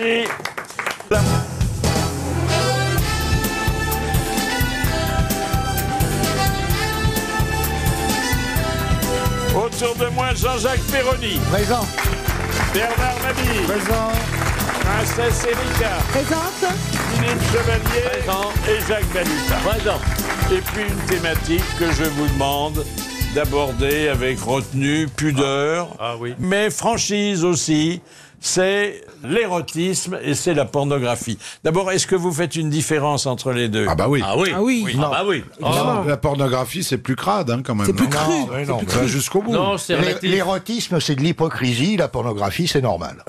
Autour de moi, Jean-Jacques Perroni. Présent. Bernard Mabille. Présent. Princesse Erika. Présente. Philippe Chevalier. Présent. Et Jacques Baluta. Présent. Et puis une thématique que je vous demande d'aborder avec retenue, pudeur, mais franchise aussi. C'est l'érotisme et c'est la pornographie. D'abord, est-ce que vous faites une différence entre les deux? Ah bah oui. Ah oui. Ah oui. Ah bah oui. La pornographie, c'est plus crade, hein, quand même. C'est plus non cru. Non, Ça va jusqu'au bout. Non, c'est relatif. l'érotisme, c'est de l'hypocrisie. La pornographie, c'est normal.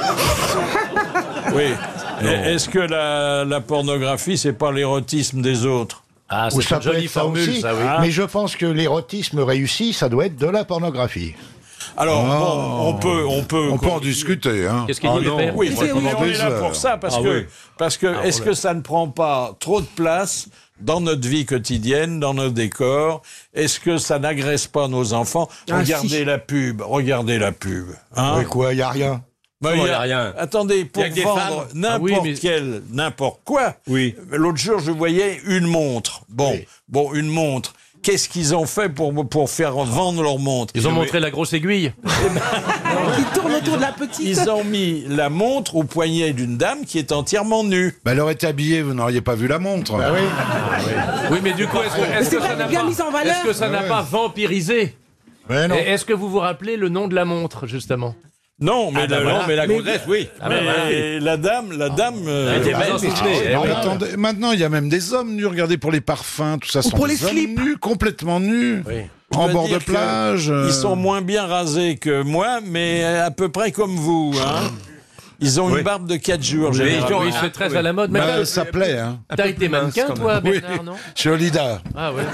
Oui. Est-ce que la pornographie, c'est pas l'érotisme des autres? Ah, Ou c'est ça une peut jolie être ça formule, aussi, ça, oui. mais je pense que l'érotisme réussi, ça doit être de la pornographie. Alors, bon, on peut On peut en discuter, hein. Qu'est-ce qu'il dit, le père? Oui, Oui, on est des là heures. pour ça, parce que est-ce que ça ne prend pas trop de place dans notre vie quotidienne, dans nos décors? Est-ce que ça n'agresse pas nos enfants? Regardez la pub, hein? Mais quoi, il n'y a rien. Ben, Comment, y a rien? Attendez, pour Y a que des vendre femmes n'importe quoi. Oui. L'autre jour, je voyais une montre. Bon, une montre. Qu'est-ce qu'ils ont fait pour faire vendre leur montre? Ils ont montré la grosse aiguille. Qui tourne autour de la petite. Ils ont mis la montre au poignet d'une dame qui est entièrement nue. Bah, elle aurait été habillée, vous n'auriez pas vu la montre. Bah oui. Oui, mais du coup, est-ce que ça n'a bien pas, mis en valeur. est-ce que ça n'a pas vampirisé? Mais non. Et est-ce que vous vous rappelez le nom de la montre, justement? Non, mais mais la gonzesse, oui. mais la dame. Elle était belle, vous en c'est souvenez, vrai. Mais attendez, maintenant, il y a même des hommes nus. Regardez pour les parfums, tout ça. Sont pour des les hommes slips. nus, complètement nus. Oui. En veux bord de dire que plage. Ils sont moins bien rasés que moi, mais à peu près comme vous. Hein. Ils ont une barbe de 4 jours, généralement. Oui, c'est très à la mode. Mais Bah, ça plaît, hein. t'as été mannequin, toi, Bernard, non? Chez Olida. Ah ouais.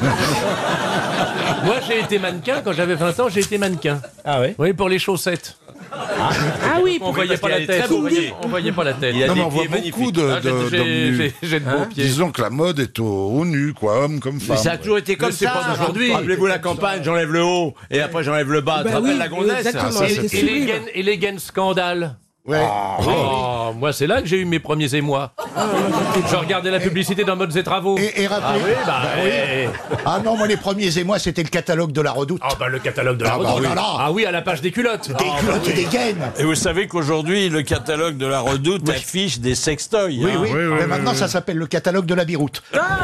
Moi, j'ai été mannequin quand j'avais 20 ans. J'ai été mannequin. Ah ouais. Oui, pour les chaussettes. Ah oui. On voyait pas la tête. Très beau pied. On voyait pas la tête. Il a Non, mais des on voit pieds beaucoup magnifiques. de Ah, d'hommes nus. j'ai de beaux pieds. Disons que la mode est au nu, quoi, homme comme femme. Mais ça a toujours été comme Mais c'est ça. pas d'aujourd'hui. Rappelez-vous la campagne, j'enlève le haut et après j'enlève le bas. Tu te Bah rappelles oui, la gonzesse? exactement. ça, C'était c'est- sublime. Et les gaines scandales. Ouais. Oh, moi, c'est là que j'ai eu mes premiers émois. Je regardais la publicité dans Modes et Travaux. Et Ah rappelez. oui, bah oui. Ah non, moi les premiers émois, c'était le catalogue de la Redoute. Ah bah le catalogue de la Ah bah Redoute. oui. Ah oui, à la page des culottes. Des culottes et des gaines. Et vous savez qu'aujourd'hui, le catalogue de la Redoute affiche des sextoys. Oui, hein. oui. Mais maintenant, ça s'appelle le catalogue de la Biroute.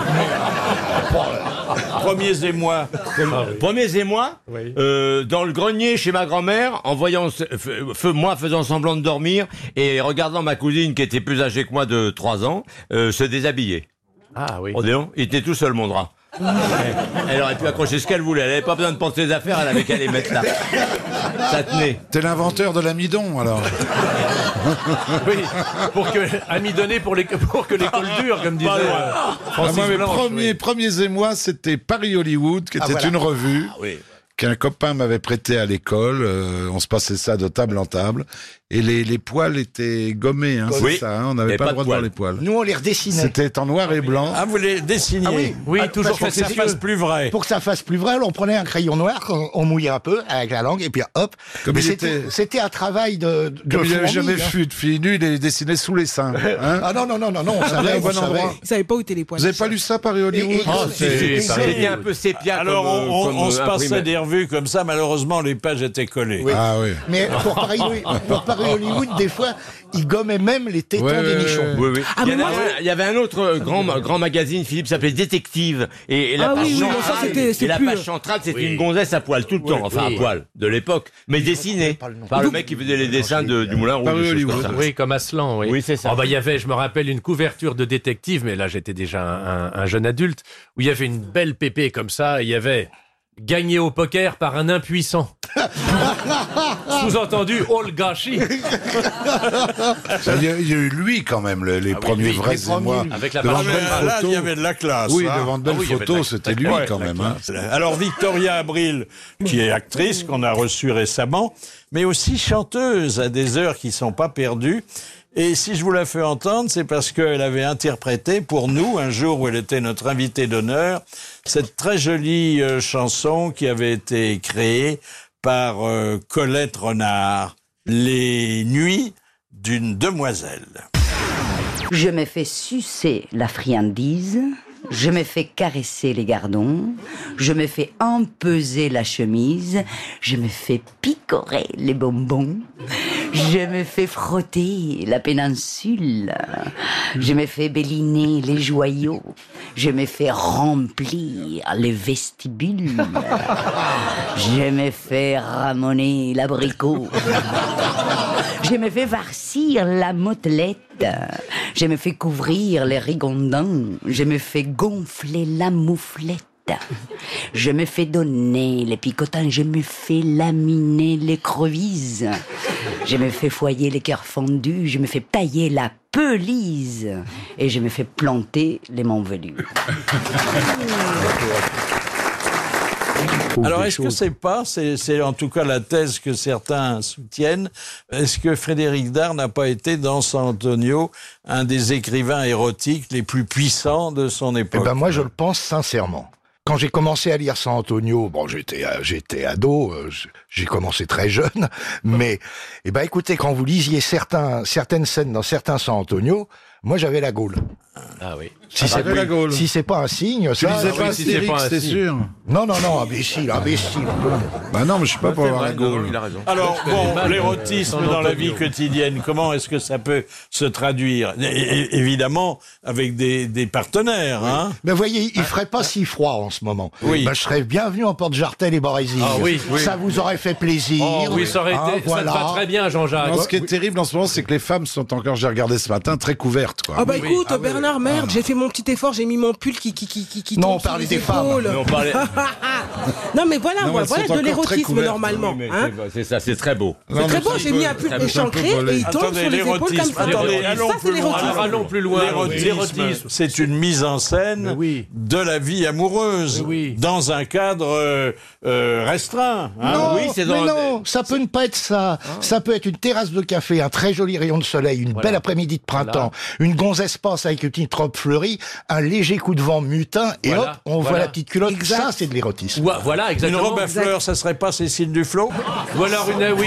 Premiers émois. Premiers émois, Oui. dans le grenier chez ma grand-mère, en voyant moi faisant semblant de dormir et regardant ma cousine qui était plus âgée que moi de 3 ans se déshabiller. Ah oui. Oh non, il était tout seul mon drap. Elle aurait pu accrocher ce qu'elle voulait, elle n'avait pas besoin de penser ses affaires, elle avait qu'à les mettre là. Ça tenait. T'es l'inventeur de l'amidon, alors. Oui, pour que amidonné pour que l'école dure, comme disait Ah, Francis moi, mes Blanche. premiers émois, c'était Paris-Hollywood, qui était voilà. une revue Oui. qu'un copain m'avait prêté à l'école. On se passait ça de table en table. et les poils étaient gommés, hein, Oui. c'est ça, hein, on n'avait Il y pas avait le droit de pas voir de les poils. Nous, on les redessinait. C'était en noir et blanc. Ah, vous les dessiniez? Ah oui. Oui, toujours pour que ça fasse plus vrai. Pour que ça fasse plus vrai, on prenait un crayon noir, on mouillait un peu avec la langue, et puis hop. Comme Mais il c'était un travail de Comme il n'avait fourmi, jamais hein. vu de fille nue, il les dessinait sous les seins. Hein. Ah non, on savait, au on bon savait. endroit. Vous savez pas où étaient les poils. Vous avez pas lu ça, Paris Hollywood? Et- Ah, et- c'était un peu sépia. Alors, on se passait imprimé. des revues comme ça, malheureusement, les pages étaient collées. Ah oui. Mais pour Paris Hollywood, des fois, ils gommaient même les tétons Ouais, des ouais, nichons. Oui, oui. Ah, mais moi, Il y avait un autre grand magazine, Philippe, s'appelait Détective. Et la Ah page oui, oui, centrale, mais ça, c'était- c'est et la plus- page centrale, c'était une gonzesse à poil tout le temps. Enfin, à poil, de l'époque. Mais dessinée. Par le mec qui faisait les dessins du Moulin Rouge. Paris des choses Hollywood. comme ça. Oui, comme Aslan, oui. Oui, c'est ça. Oh, bah, il y avait, je me rappelle, une couverture de détective, mais là, j'étais déjà un jeune adulte, où il y avait une belle pépée comme ça, il y avait gagné au poker par un impuissant. Sous-entendu, all gâchis. Il y a eu lui quand même, les premiers lui, vrais les premiers, émois. lui. Avec la Devant page de Mais belles là, il y photos. avait de la classe. Oui, hein. devant de belles Ah oui, il y avait de photos, la- c'était lui Ouais, quand même. Hein. Alors Victoria Abril, qui est actrice, qu'on a reçue récemment, mais aussi chanteuse à des heures qui sont pas perdues. Et si je vous la fais entendre, c'est parce qu'elle avait interprété pour nous, un jour où elle était notre invitée d'honneur, cette très jolie chanson qui avait été créée par Colette Renard, Les nuits d'une demoiselle. Je me fais sucer la friandise, je me fais caresser les gardons, je me fais empeser la chemise, je me fais picorer les bonbons, je me fais frotter la péninsule, je me fais béliner les joyaux, je me fais remplir les vestibules, je me fais ramoner l'abricot, je me fais farcir la motelette, je me fais couvrir les rigondins, je me fais gonfler la mouflette. Je me fais donner les picotins, je me fais laminer les crevises, je me fais foyer les cœurs fondus, je me fais tailler la pelise et je me fais planter les montvelus. Alors, est-ce que c'est en tout cas la thèse que certains soutiennent, est-ce que Frédéric Dard n'a pas été dans San Antonio un des écrivains érotiques les plus puissants de son époque? Eh ben moi, je le pense sincèrement. Quand j'ai commencé à lire San Antonio, bon, j'étais ado, j'ai commencé très jeune, mais eh ben écoutez, quand vous lisiez certaines scènes dans certains San Antonio, moi j'avais la gaule. Ah oui. Si c'est la gaule. si c'est pas un signe, Tu ça. lisais oui, pas si c'est pas Astérix, un c'est signe. sûr. Non, imbécile. Bah non, mais je suis pas pour avoir la Non, gaule. il a raison. Alors, bon, mal, l'érotisme San dans la Antonio. vie quotidienne, comment est-ce que ça peut se traduire? Évidemment, avec des partenaires, hein? Mais voyez, il ferait pas si froid en ce moment. Oui. Ben, je serais bienvenu en Porte-Jartel et Borésil. Ah oui, oui. Ça vous aurait fait plaisir. Oh oui, ça aurait Hein, été, voilà. ça te va très bien, Jean-Jacques. Non, ce qui est terrible en ce moment, c'est que les femmes sont encore, j'ai regardé ce matin, très couvertes, quoi. Ah bah écoute, Bernard, merde, j'ai fait mon petit effort, j'ai mis mon pull qui Non, tombe on parlait sur les des femmes. épaules. Mais on parlait. Non mais voilà, Non, moi, elles voilà sont de encore très l'érotisme couvertes. normalement. Oui, mais Hein. c'est ça, c'est très beau. C'est très beau, j'ai mis un pull échancré et il tombe Attendez, sur les épaules comme l'érotisme. ça. Attendez, Ça, allons c'est plus loin. l'érotisme. Allons plus loin. L'érotisme, c'est une mise en scène Oui. de la vie amoureuse, Oui. dans un cadre restreint. Hein? Non, oui, c'est dans- mais non, ça peut ne pas être ça. Ça peut être une terrasse de café, un très joli rayon de soleil, une belle après-midi de printemps, une gonzesse passe avec une petite robe fleurie, un léger coup de vent mutin, et Voilà, hop, on voit voilà. la petite culotte. Exact. Ça, c'est de l'érotisme. Voilà, Une exactement. robe à fleurs, ça serait pas Cécile Duflot? Ou alors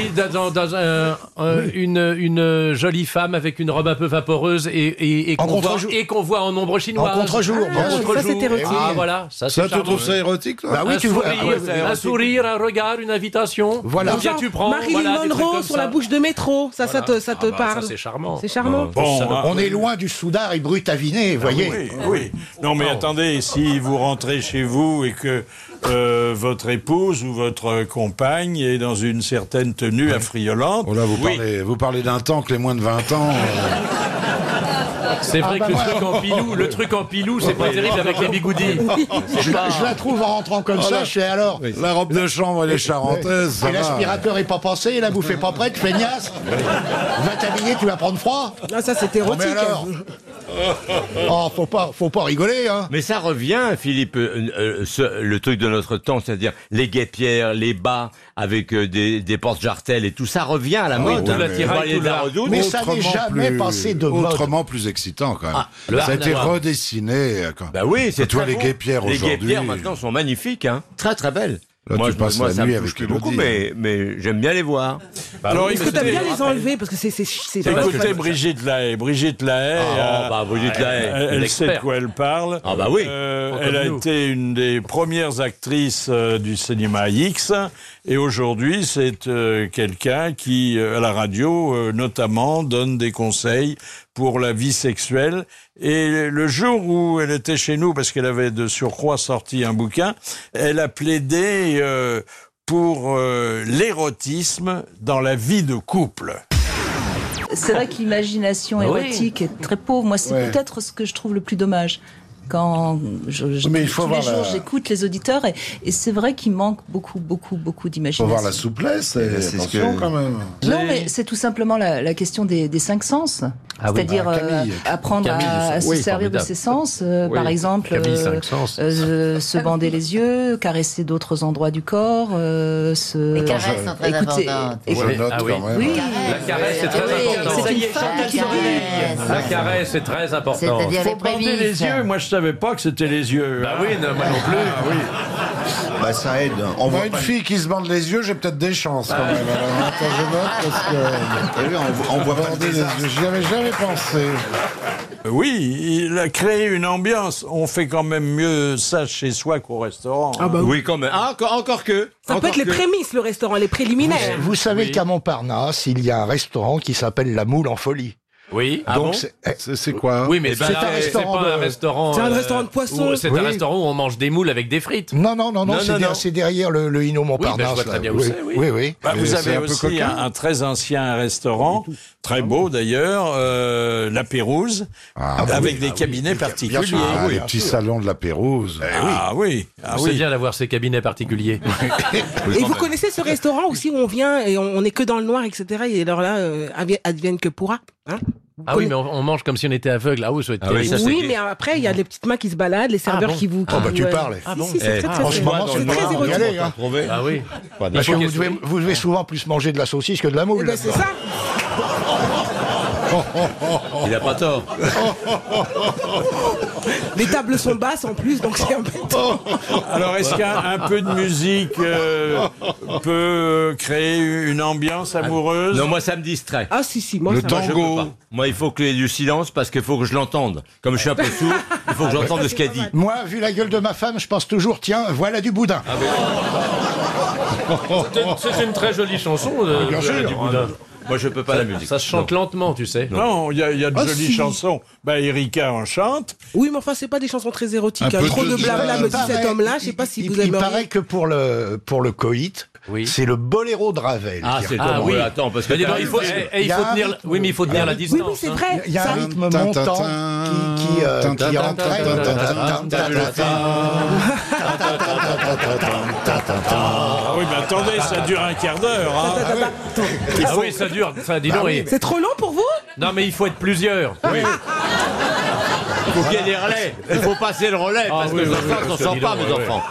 une jolie femme avec une robe un peu vaporeuse et En qu'on voit, contre-jour. et qu'on voit en ombre chinoise. En contre-jour, bien En sûr. contre-jour. Ça, c'est érotique. Ah voilà, ça c'est Ça, tu charmant. trouves ça érotique, toi Bah oui, un tu vois. sourire, Ah ouais, un sourire, un regard, une invitation. Voilà. Combien Genre, tu prends Marilyn voilà, des trucs Monroe comme sur ça. la bouche de métro, ça te Ah bah, parle. ça, c'est charmant. C'est charmant. Bon, hein. On est loin du soudard et brutaviné, vous voyez. Oui, oui. Non, mais attendez, si vous rentrez chez vous et que votre épouse ou votre compagne est dans une certaine tenue affriolante, Oh là, vous parlez d'un temps que les moins de 20 ans... C'est vrai Ah que bah le truc en pilou, c'est pas terrible avec les bigoudis. Je la trouve en rentrant comme ça, je fais alors. La robe de chambre, elle est charentaise, ça Et va. l'aspirateur est pas passé, la bouffe est pas prête, feignasse. Va t'habiller, tu vas prendre froid. Ah, ça c'est Oh, mais érotique. alors Oh, faut pas rigoler, hein. Mais ça revient, Philippe, le truc de notre temps, c'est-à-dire les guêpières, les bas avec des porte-jartelles et tout ça revient à la mode. tout l'attirail, tout l'art. Mais ça n'est jamais passé de mode. Autrement plus excitant quand même. le Ça a été Arnavois. redessiné. Bah oui, c'est toi très les beau. guêpières aujourd'hui. Les guêpières maintenant sont magnifiques, hein. Très très belles. Là, tu passes la ça nuit me avec touche plus beaucoup, Élodie. mais j'aime bien les voir. Alors, Il faut bien écoutez, les enlever parce que c'est écoutez Brigitte Lahaye. Brigitte Lahaye, Brigitte Lahaye. elle sait de quoi elle parle. Ah bah oui. Elle a été une des premières actrices du cinéma X. Et aujourd'hui, c'est quelqu'un qui, à la radio, notamment, donne des conseils pour la vie sexuelle. Et le jour où elle était chez nous, parce qu'elle avait de surcroît sorti un bouquin, elle a plaidé pour l'érotisme dans la vie de couple. C'est vrai que l'imagination érotique est très pauvre. Moi, c'est peut-être ce que je trouve le plus dommage. Quand Mais il faut tous les voir jours, j'écoute les auditeurs et c'est vrai qu'il manque beaucoup Il d'imagination. faut voir la souplesse et attention quand même. Non, mais c'est tout simplement la question des cinq sens. C'est-à-dire apprendre à se servir de ses sens. Par exemple, se bander les yeux, caresser d'autres endroits du corps. Les caresses sont très importantes. Je note quand même. Oui. La caresse est très importante. C'est une femme qui La caresse est très importante. C'est-à-dire les Faut bander prémices. les yeux. Moi, je savais pas que c'était les yeux. Bah oui, non, moi non plus. Bah ça aide. On Moi, voit une pas- fille qui se bande les yeux, j'ai peut-être des chances quand même. Alors, attends, je note parce que... Eh oui, on voit pas le Bander les désastre. yeux, j'y avais jamais pensé. Oui, il a créé une ambiance. On fait quand même mieux ça chez soi qu'au restaurant. Ah bah oui. Oui, quand même. Ah, encore que. Ça peut Encore être les que. prémices, le restaurant, les préliminaires. Vous savez qu'à Montparnasse, il y a un restaurant qui s'appelle La Moule en Folie. Oui. Ah Donc, bon C'est quoi? Oui, mais C'est un restaurant pas un de- restaurant. C'est un restaurant de poisson. C'est Oui. un restaurant où on mange des moules avec des frites. Non, Non, c'est derrière le Hino Montparnasse. Oui, ben, je vois très là. bien où c'est, oui. Oui. Bah, Mais vous c'est avez un peu aussi coquin. un très ancien restaurant, très beau d'ailleurs, La Pérouse, avec des cabinets particuliers. Ah, les petits salons de la Pérouse. Ah oui, C'est bien d'avoir ces cabinets particuliers. Et vous connaissez ce restaurant aussi où on vient et on n'est que dans le noir, etc. Et alors là, advienne que pourra. Hein. Ah oui, mais on mange comme si on était aveugle. Ah oui, ça va être Ah oui, terrible. ça, Oui, c'est- mais après, il y a les petites mains qui se baladent, les serveurs qui vous... Oh, bah, tu parles. Si, si, c'est très, très, en ce moment, Dans c'est le très noir, érotique. regardez, hein. Ah oui. Parce que vous devez souvent plus manger de la saucisse que de la moule. Eh ben, c'est ça. Il a pas tort. Les tables sont basses en plus, donc c'est embêtant. Alors, est-ce qu'un peu de musique peut créer une ambiance amoureuse? Non, moi, ça me distrait. Ah si, moi Le ça Moi, je peux tango. pas. Moi, il faut qu'il y ait du silence parce qu'il faut que je l'entende. Comme je suis un peu sourd, il faut que j'entende ce qu'elle dit. Moi, vu la gueule de ma femme, je pense toujours, tiens, voilà du boudin. C'est une très jolie chanson. Bien sûr. du Boudin. Moi, je peux pas la musique. Ça se chante lentement, tu sais. Non, il y a de Ah, jolies si. chansons. Bah, Erika en chante. Oui, mais enfin, c'est pas des chansons très érotiques. Un hein. peu Trop de de blabla, jazz. me dit cet homme-là. Je sais pas si vous Il aimeriez. paraît que pour le coït, Oui. c'est le boléro de Ravel. Ah, qui c'est recommande. oui. Attends, parce que Mais dis donc, il faut Il y a un tenir. rythme. Oui, mais il faut tenir la Oui, distance. oui, c'est hein. vrai. Il y a un Ça- rythme montant qui entraîne. Ah oui, mais attendez, ça dure un quart d'heure. Hein. Ah oui, ça dure. Enfin, dis donc. oui. C'est trop long pour vous? Non, mais il faut être plusieurs. Il faut qu'il y ait des relais. Il faut passer le relais parce oui, que les oui, enfants oui, ne s'en parce que sortent dis pas, donc, mes ouais, enfants.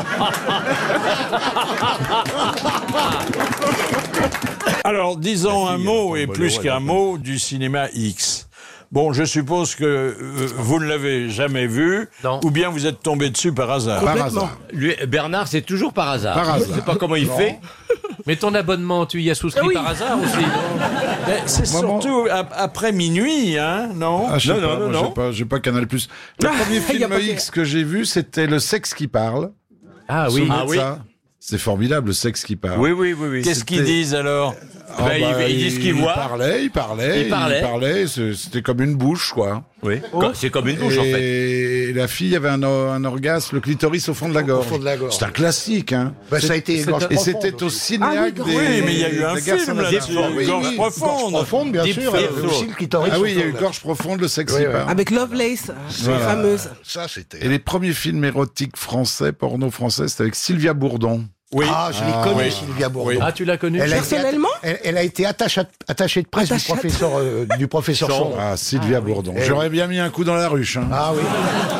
Alors, disons un mot, et plus qu'un mot, du cinéma X. Bon, je suppose que vous ne l'avez jamais vu, Non. ou bien vous êtes tombé dessus par hasard. Par hasard. Lui, Bernard, c'est toujours par hasard. Par hasard. Je sais pas comment il fait. Mais ton abonnement, tu y as souscrit Oui. par hasard aussi, non? Mais c'est Maman. surtout après minuit, hein, non? Ah, je sais Non, pas, non, moi, non. j'ai pas Canal+. Le Ah, premier y a film pas que- X que j'ai vu, c'était Le sexe qui parle. Ah Vous oui. vous souvenez Ah de oui. ça C'est formidable, Le sexe qui parle. Oui. Qu'est-ce qu'ils disent alors? Ah, Ben, il dit ce qu'il voit. Il parlait, c'était comme une bouche, quoi. Oui. C'est comme une bouche, en fait. Et la fille avait un orgasme, le clitoris au fond de la gorge. fond de la gorge. C'est un classique, hein. Bah, ça a été Gorge Et profonde c'était au aussi. cinéaque Ah oui, des... Oui, mais il y a eu un des garçons film nazis. là-dessus, Oui, Gorge oui. profonde. Gorge profonde, bien Deep sûr. Throat. Et aussi le clitoris. Ah oui, il y a au eu fond, Gorge profonde, le sexe Oui, qui oui. parle. Avec Lovelace, Voilà. fameuse. Ça, c'était. Et les premiers films érotiques français, porno français, c'était avec Sylvia Bourdon. Oui. Ah, je l'ai connue, oui. Sylvia Bourdon. Oui. Ah, tu l'as connue Personnellement Elle a été attachée de presse du professeur Chon. Ah, Sylvia Bourdon. J'aurais bien mis un coup dans la ruche. Hein. Ah oui.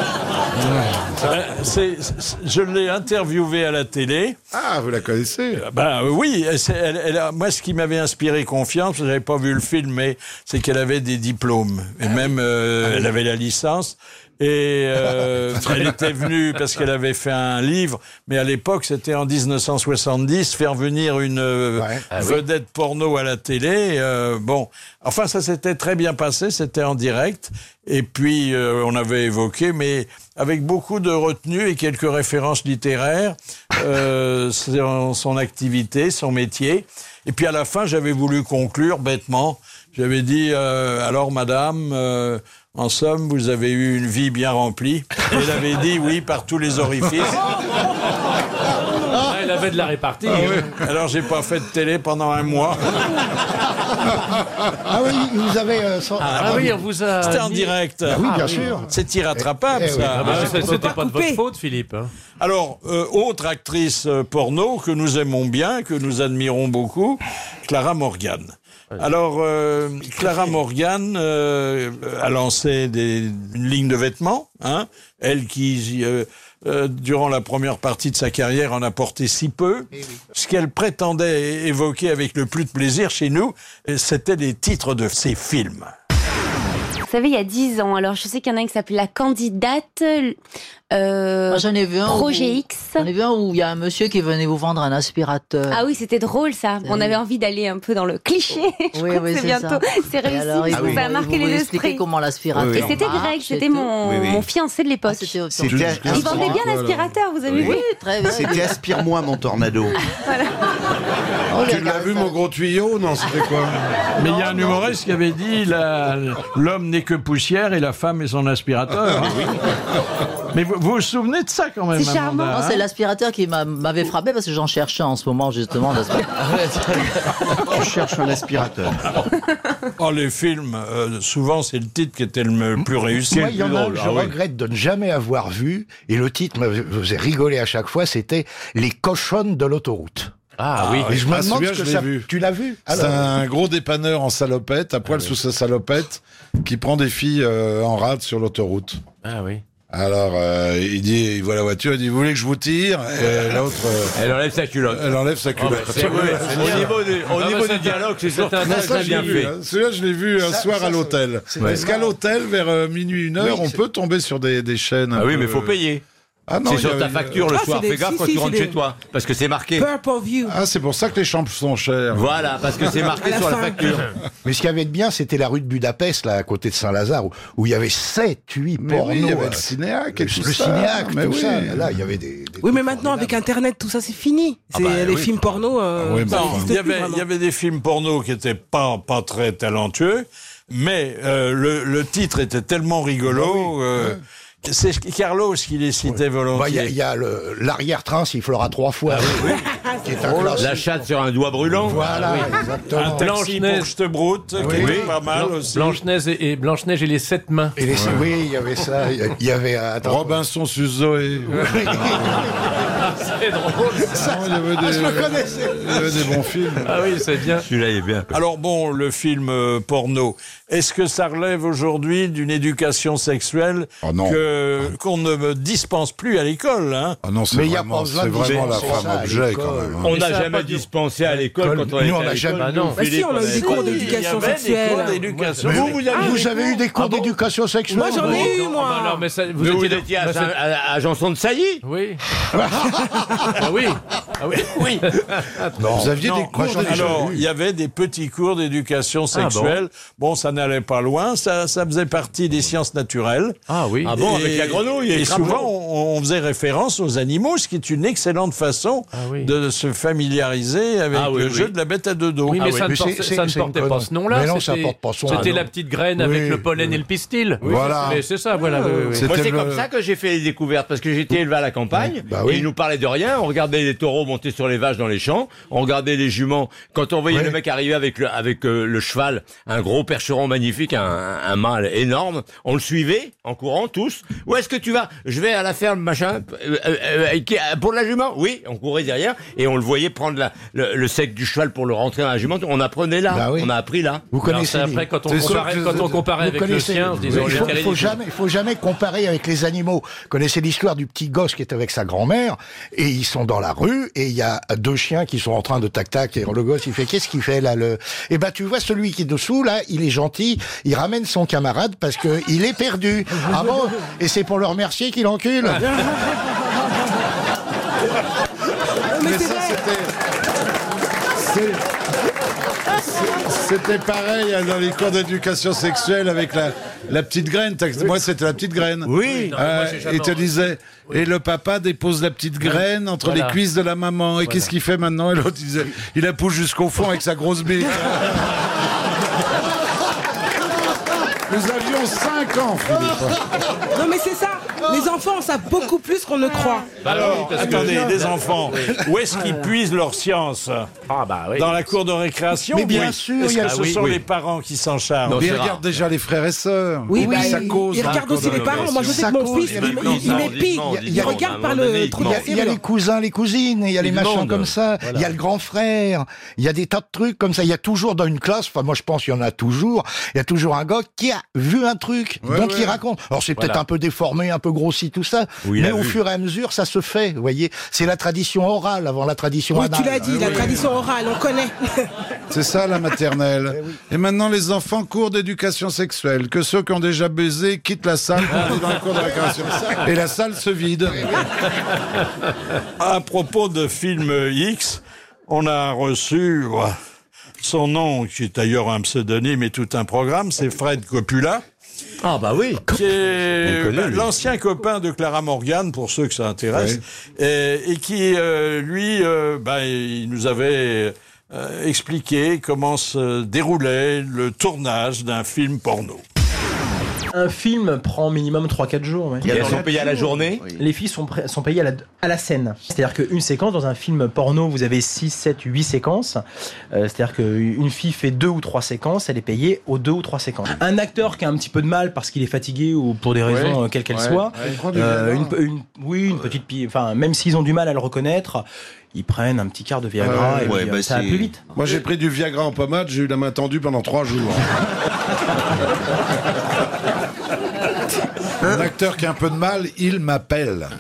Je l'ai interviewée à la télé. Ah, vous la connaissez? Oui, moi ce qui m'avait inspiré confiance, je n'avais pas vu le film, mais c'est qu'elle avait des diplômes. Et même, elle avait la licence. Et elle était venue parce qu'elle avait fait un livre, mais à l'époque, c'était en 1970, faire venir une vedette porno à la télé. Enfin, ça s'était très bien passé, c'était en direct. Et puis, on avait évoqué, mais avec beaucoup de retenue et quelques références littéraires, son activité, son métier. Et puis, à la fin, j'avais voulu conclure bêtement. J'avais dit, alors, madame... en somme, vous avez eu une vie bien remplie. Et elle avait dit oui par tous les orifices. Ah, elle avait de la répartie. Alors, j'ai pas fait de télé pendant 1 mois. Ah oui, vous avez... on vous a... C'était en direct. Oui, bien sûr. C'est irrattrapable, ça. C'était pas de votre faute, Philippe. Alors, autre actrice porno que nous aimons bien, que nous admirons beaucoup, Clara Morgan. Alors, Clara Morgan a lancé une ligne de vêtements, hein, elle qui, durant la première partie de sa carrière, en a porté si peu. Ce qu'elle prétendait évoquer avec le plus de plaisir chez nous, c'était les titres de ses films. Vous savez, il y a 10 ans, alors je sais qu'il y en a un qui s'appelle La Candidate, j'en ai vu un Projet X. J'en ai vu un où il y a un monsieur qui venait vous vendre un aspirateur. Ah oui, c'était drôle ça. On avait envie d'aller un peu dans le cliché. Je crois que c'est bientôt. C'est réussi, alors, ça a marqué les esprits. Comment l'aspirateur Et c'était Greg, c'était mon fiancé de l'époque. Il vendait bien l'aspirateur, vous avez vu? Oui, très bien. C'était Aspire-moi mon tornado. Voilà. Tu l'as vu, mon gros tuyau? Non, c'était quoi? Mais il y a un humoriste qui avait dit l'homme n'est que poussière et la femme est son aspirateur. Hein. Mais vous vous souvenez de ça quand même? C'est charmant. Non, c'est l'aspirateur qui m'avait frappé parce que j'en cherchais en ce moment justement. Tu cherches un aspirateur. Oh, les films, souvent c'est le titre qui était le plus réussi. Moi, il y en a que je regrette de ne jamais avoir vu, et le titre me faisait rigoler à chaque fois, c'était Les cochonnes de l'autoroute. Ah oui. Et je me demande celui-là, ce que je l'ai ça... vu. Tu l'as vu? C'est un gros dépanneur en salopette, à poil sous sa salopette, qui prend des filles en rade sur l'autoroute. Ah oui. Alors, il voit la voiture, il dit, vous voulez que je vous tire? Et l'autre... Elle enlève sa culotte. Elle enlève sa culotte. Au niveau du dialogue, c'est sûr très bien fait. Celui-là, je l'ai vu un soir à l'hôtel. Parce qu'à l'hôtel, vers minuit, 1h, on peut tomber sur des chaînes. Ah oui, mais il faut payer. Ah non, c'est sur ta facture le soir. Fais gaffe quand tu rentres chez toi. Parce que c'est marqué. Purple View. Ah, c'est pour ça que les chambres sont chères. Voilà, parce que c'est marqué sur la facture. Mais ce qui avait de bien, c'était la rue de Budapest, là, à côté de Saint-Lazare, où il y avait 7-8 pornos. Il y avait le Cinéac et tout ça. Le Cinéac, mais tout oui. ça. Là, il y avait des Oui, mais maintenant, avec Internet, tout ça, c'est fini. Les films porno, il y avait des films porno qui étaient pas très talentueux, mais le titre était tellement rigolo. C'est Carlos qui les citait volontiers. Il y a l'arrière-train sifflera 3 fois. Qui est un la chatte sur un doigt brûlant. Voilà, exactement. Un taxi pour je te broute, qui était pas mal aussi. Blanche-Neige et les 7 mains. Oui, il y avait ça. Il y avait... Robinson sur Zoé. C'est drôle. Il y avait des bons films. Ah oui, c'est bien. Celui-là est bien. Alors bon, le film porno, est-ce que ça relève aujourd'hui d'une éducation sexuelle qu'on ne dispense plus à l'école, hein? Ah non, c'est vraiment la femme objet quand même. On n'a jamais dispensé à l'école quand on était à l'école. Si, on a eu des cours d'éducation sexuelle. Vous avez eu des cours d'éducation sexuelle? Moi, j'en ai eu, moi. Non, mais Vous étiez à Janson de Sailly? Oui. Ah oui. Ah oui. Oui. Vous aviez des cours Alors, il y avait des petits cours d'éducation sexuelle. Bon, ça n'allait pas loin. Ça faisait partie des sciences naturelles. Ah oui. Ah bon, avec la grenouille et souvent, on faisait référence aux animaux, ce qui est une excellente façon de se familiariser avec le jeu de la bête à deux dos. Oui, mais ça ne portait pas ce nom-là. C'était la petite graine avec le pollen et le pistil. Voilà. Mais c'est ça, voilà. Moi, c'est comme ça que j'ai fait les découvertes, parce que j'étais élevé à la campagne, et ils nous parlaient de rien, on regardait les taureaux monter sur les vaches dans les champs, on regardait les juments. Quand on voyait le mec arriver avec le cheval, un gros percheron magnifique, un mâle énorme, on le suivait en courant tous. Où est-ce que tu vas? Je vais à la ferme, machin. Pour la jument? Oui, on courait derrière et on le voyait prendre le sec du cheval pour le rentrer dans la jument. On apprenait là, Bah oui. on a appris là. Vous connaissez. Après, quand on comparait avec le sien, on se disait, il faut jamais comparer avec les animaux. Vous connaissez l'histoire du petit gosse qui est avec sa grand-mère et ils sont dans la rue et il y a deux chiens qui sont en train de tac-tac et le gosse il fait qu'est-ce qu'il fait là Eh ben tu vois celui qui est dessous là, il est gentil, il ramène son camarade parce que il est perdu. Ah bon? Et c'est pour le remercier qu'il encule. Mais ça, c'était pareil hein, dans les cours d'éducation sexuelle avec la petite graine. Moi, c'était la petite graine. Oui. Il te disait, et le papa dépose la petite graine entre les cuisses de la maman. Et qu'est-ce qu'il fait maintenant? Et l'autre, il disait, il la pousse jusqu'au fond avec sa grosse bite. Nous avions 5 ans, Philippe. Non mais c'est ça. Les enfants, ça beaucoup plus qu'on ne croit. Alors, attendez, les enfants, où est-ce qu'ils puisent leur science? Dans la cour de récréation? Mais bien sûr, est-ce que ce sont les parents qui s'en chargent? Mais ils regardent déjà les frères et sœurs. Oui, ça cause. ils regardent aussi les parents. Moi, je sais que mon fils, il m'épie. Il regarde par le trou de la Il y a les cousins, les cousines, il y a les machins comme ça. Il y a le grand frère. Il y a des tas de trucs comme ça. Il y a toujours dans une classe, enfin moi je pense qu'il y en a toujours, il y a toujours un gars qui a vu un truc, donc il raconte. Alors c'est peut-être un peu déformé, un peu grossi, tout ça, mais au fur et à mesure, ça se fait, vous voyez. C'est la tradition orale avant la tradition anale. Tu l'as dit, la tradition orale, on connaît. C'est ça la maternelle. Et maintenant les enfants cours d'éducation sexuelle, que ceux qui ont déjà baisé quittent la salle pour aller dans la cour de récréation. Et la salle se vide. À propos de film X, on a reçu son nom, qui est d'ailleurs un pseudonyme et tout un programme, c'est Fred Coppola. Ah bah oui. Qui est l'ancien copain de Clara Morgan, pour ceux que ça intéresse, et qui, lui, il nous avait expliqué comment se déroulait le tournage d'un film porno. Un film prend minimum 3-4 jours. Et elles sont payées à la journée? Les filles sont payées à la scène. C'est-à-dire qu'une séquence, dans un film porno, vous avez 6, 7, 8 séquences. C'est-à-dire qu'une fille fait 2 ou 3 séquences, elle est payée aux 2 ou 3 séquences. Un acteur qui a un petit peu de mal parce qu'il est fatigué ou pour des raisons quelles qu'elles soient, une petite... Enfin, même s'ils ont du mal à le reconnaître, ils prennent un petit quart de Viagra et ça va plus vite. Moi j'ai pris du Viagra en pommade, j'ai eu la main tendue pendant 3 jours. Un acteur qui a un peu de mal, il m'appelle.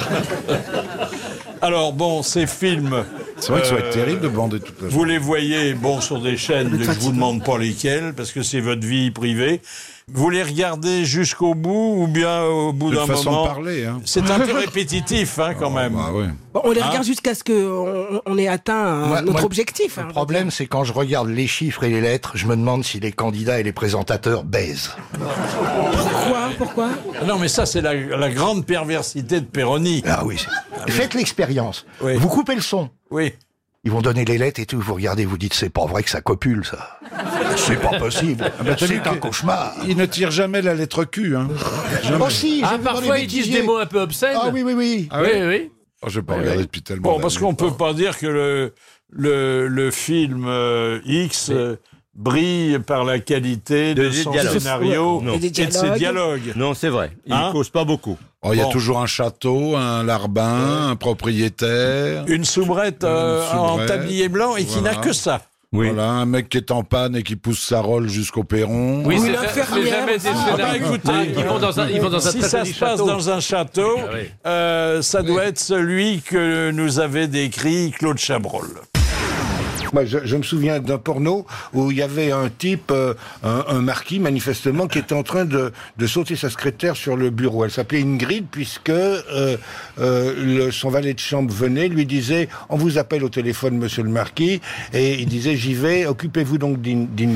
Alors bon, ces films... C'est vrai que ça va être terrible de bander toute la journée. Vous les voyez, sur des chaînes, je vous demande pas lesquelles, parce que c'est votre vie privée. Vous les regardez jusqu'au bout ou bien au bout d'un moment? De façon de parler. Hein. C'est un peu répétitif quand même. Bah, ouais. On les regarde jusqu'à ce qu'on ait atteint notre objectif. Le problème, c'est quand je regarde les chiffres et les lettres, je me demande si les candidats et les présentateurs baisent. Pourquoi Non, mais ça, c'est la grande perversité de Perroni. Ah oui. Faites l'expérience. Oui. Vous coupez le son. Oui. Ils vont donner les lettres et tout, vous regardez, vous dites, c'est pas vrai que ça copule, ça. C'est pas possible. C'est un cauchemar. Ils ne tirent jamais la lettre Q, hein. Oh si, parfois ils disent des mots un peu obscènes. Ah oui. Ah oui. Oh, je vais pas regarder depuis tellement. Bon, parce qu'on peut pas dire que le film X brille par la qualité de son scénario et de ses dialogues. Non, c'est vrai. Il ne cause pas beaucoup. Oh, il y a toujours un château, un larbin, un propriétaire. Une soubrette en tablier blanc et qui n'a que ça. Oui. Voilà, un mec qui est en panne et qui pousse sa rolle jusqu'au perron. Oui, c'est jamais des scénarios. Écoutez, ils vont dans un si ça se passe dans un château, ça doit être celui que nous avait décrit Claude Chabrol. Moi, je me souviens d'un porno où il y avait un type, un marquis manifestement, qui était en train de sauter sa secrétaire sur le bureau. Elle s'appelait Ingrid puisque son valet de chambre venait, lui disait « On vous appelle au téléphone, monsieur le marquis », et il disait « J'y vais, occupez-vous donc d'Ingrid ».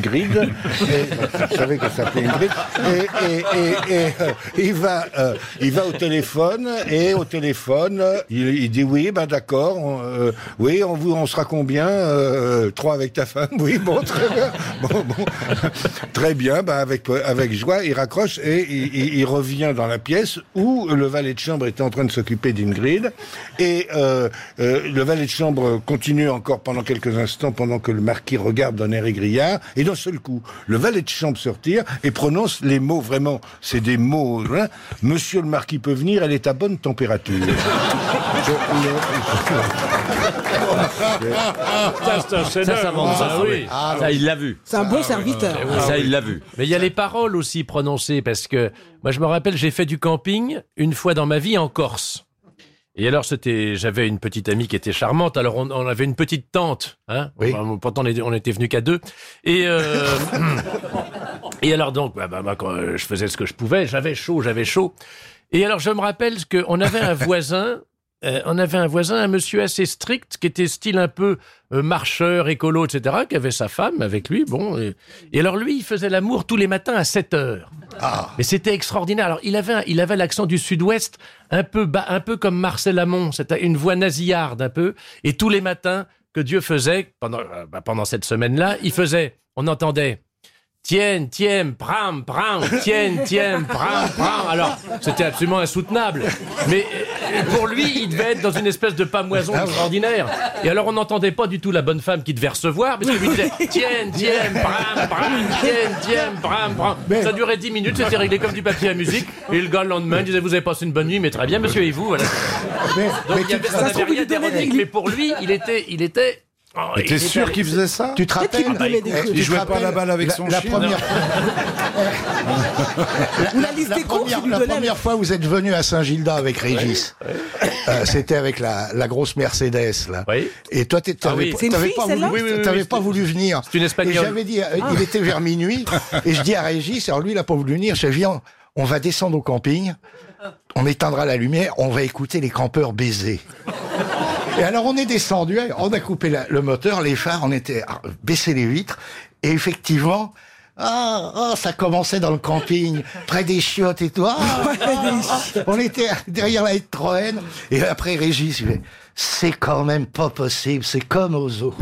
Vous savez qu'elle s'appelait Ingrid. Et il va au téléphone, et au téléphone, il dit « Oui, ben d'accord, oui, on sera combien 3 avec ta femme, oui, bon, très bien. Bon. Très bien, avec joie, il raccroche et il revient dans la pièce où le valet de chambre était en train de s'occuper d'Ingrid. Et le valet de chambre continue encore pendant quelques instants, pendant que le marquis regarde d'un air égrillard. Et d'un seul coup, le valet de chambre se retire et prononce les mots, vraiment, c'est des mots. Hein, Monsieur le marquis peut venir, elle est à bonne température. Ça vend ça, oui. Ça, il l'a vu. C'est un bon serviteur. Ça, il l'a vu. Mais il y a les paroles aussi prononcées, parce que moi, je me rappelle, j'ai fait du camping une fois dans ma vie en Corse. Et alors, j'avais une petite amie qui était charmante. Alors, on avait une petite tante, hein. Oui. Pourtant, on était venus qu'à 2. Et alors, donc, quand je faisais ce que je pouvais, j'avais chaud. Et alors, je me rappelle qu'on avait un voisin. Un monsieur assez strict, qui était style un peu marcheur, écolo, etc., qui avait sa femme avec lui, bon. Et alors lui, il faisait l'amour tous les matins à 7h. Ah. Mais c'était extraordinaire. Alors il avait l'accent du sud-ouest, un peu comme Marcel Amont, c'était une voix nasillarde un peu. Et tous les matins que Dieu faisait, pendant cette semaine-là, on entendait... Tiens, pram, tiens, pram. Alors, c'était absolument insoutenable. Mais pour lui, il devait être dans une espèce de pamoison extraordinaire. Et alors, on n'entendait pas du tout la bonne femme qui devait recevoir, parce qu'il lui disait tiens, pram. Ça durait 10 minutes, c'était réglé comme du papier à musique. Et le gars, le lendemain, disait, vous avez passé une bonne nuit, mais très bien, monsieur, et vous, voilà. Donc, ça n'avait rien d'éronique, mais pour lui, il était t'es sûr qu'il faisait ça? Tu te rappelles? Il jouait pas la balle avec son chien. La première fois où vous êtes venu à Saint-Gildas avec Régis, c'était avec la grosse Mercedes, là. Oui. Et toi, t'avais pas voulu venir. C'est une Espagnole. Et j'avais dit, il était vers minuit, et je dis à Régis, alors lui, il a pas voulu venir, je dis, viens, on va descendre au camping, on éteindra la lumière, on va écouter les campeurs baiser. Et alors on est descendu, on a coupé le moteur, les phares, on était baissé les vitres, et effectivement, ça commençait dans le camping, près des chiottes et tout. On était derrière la Citroën, et après Régis, il fait, c'est quand même pas possible, c'est comme au zoo.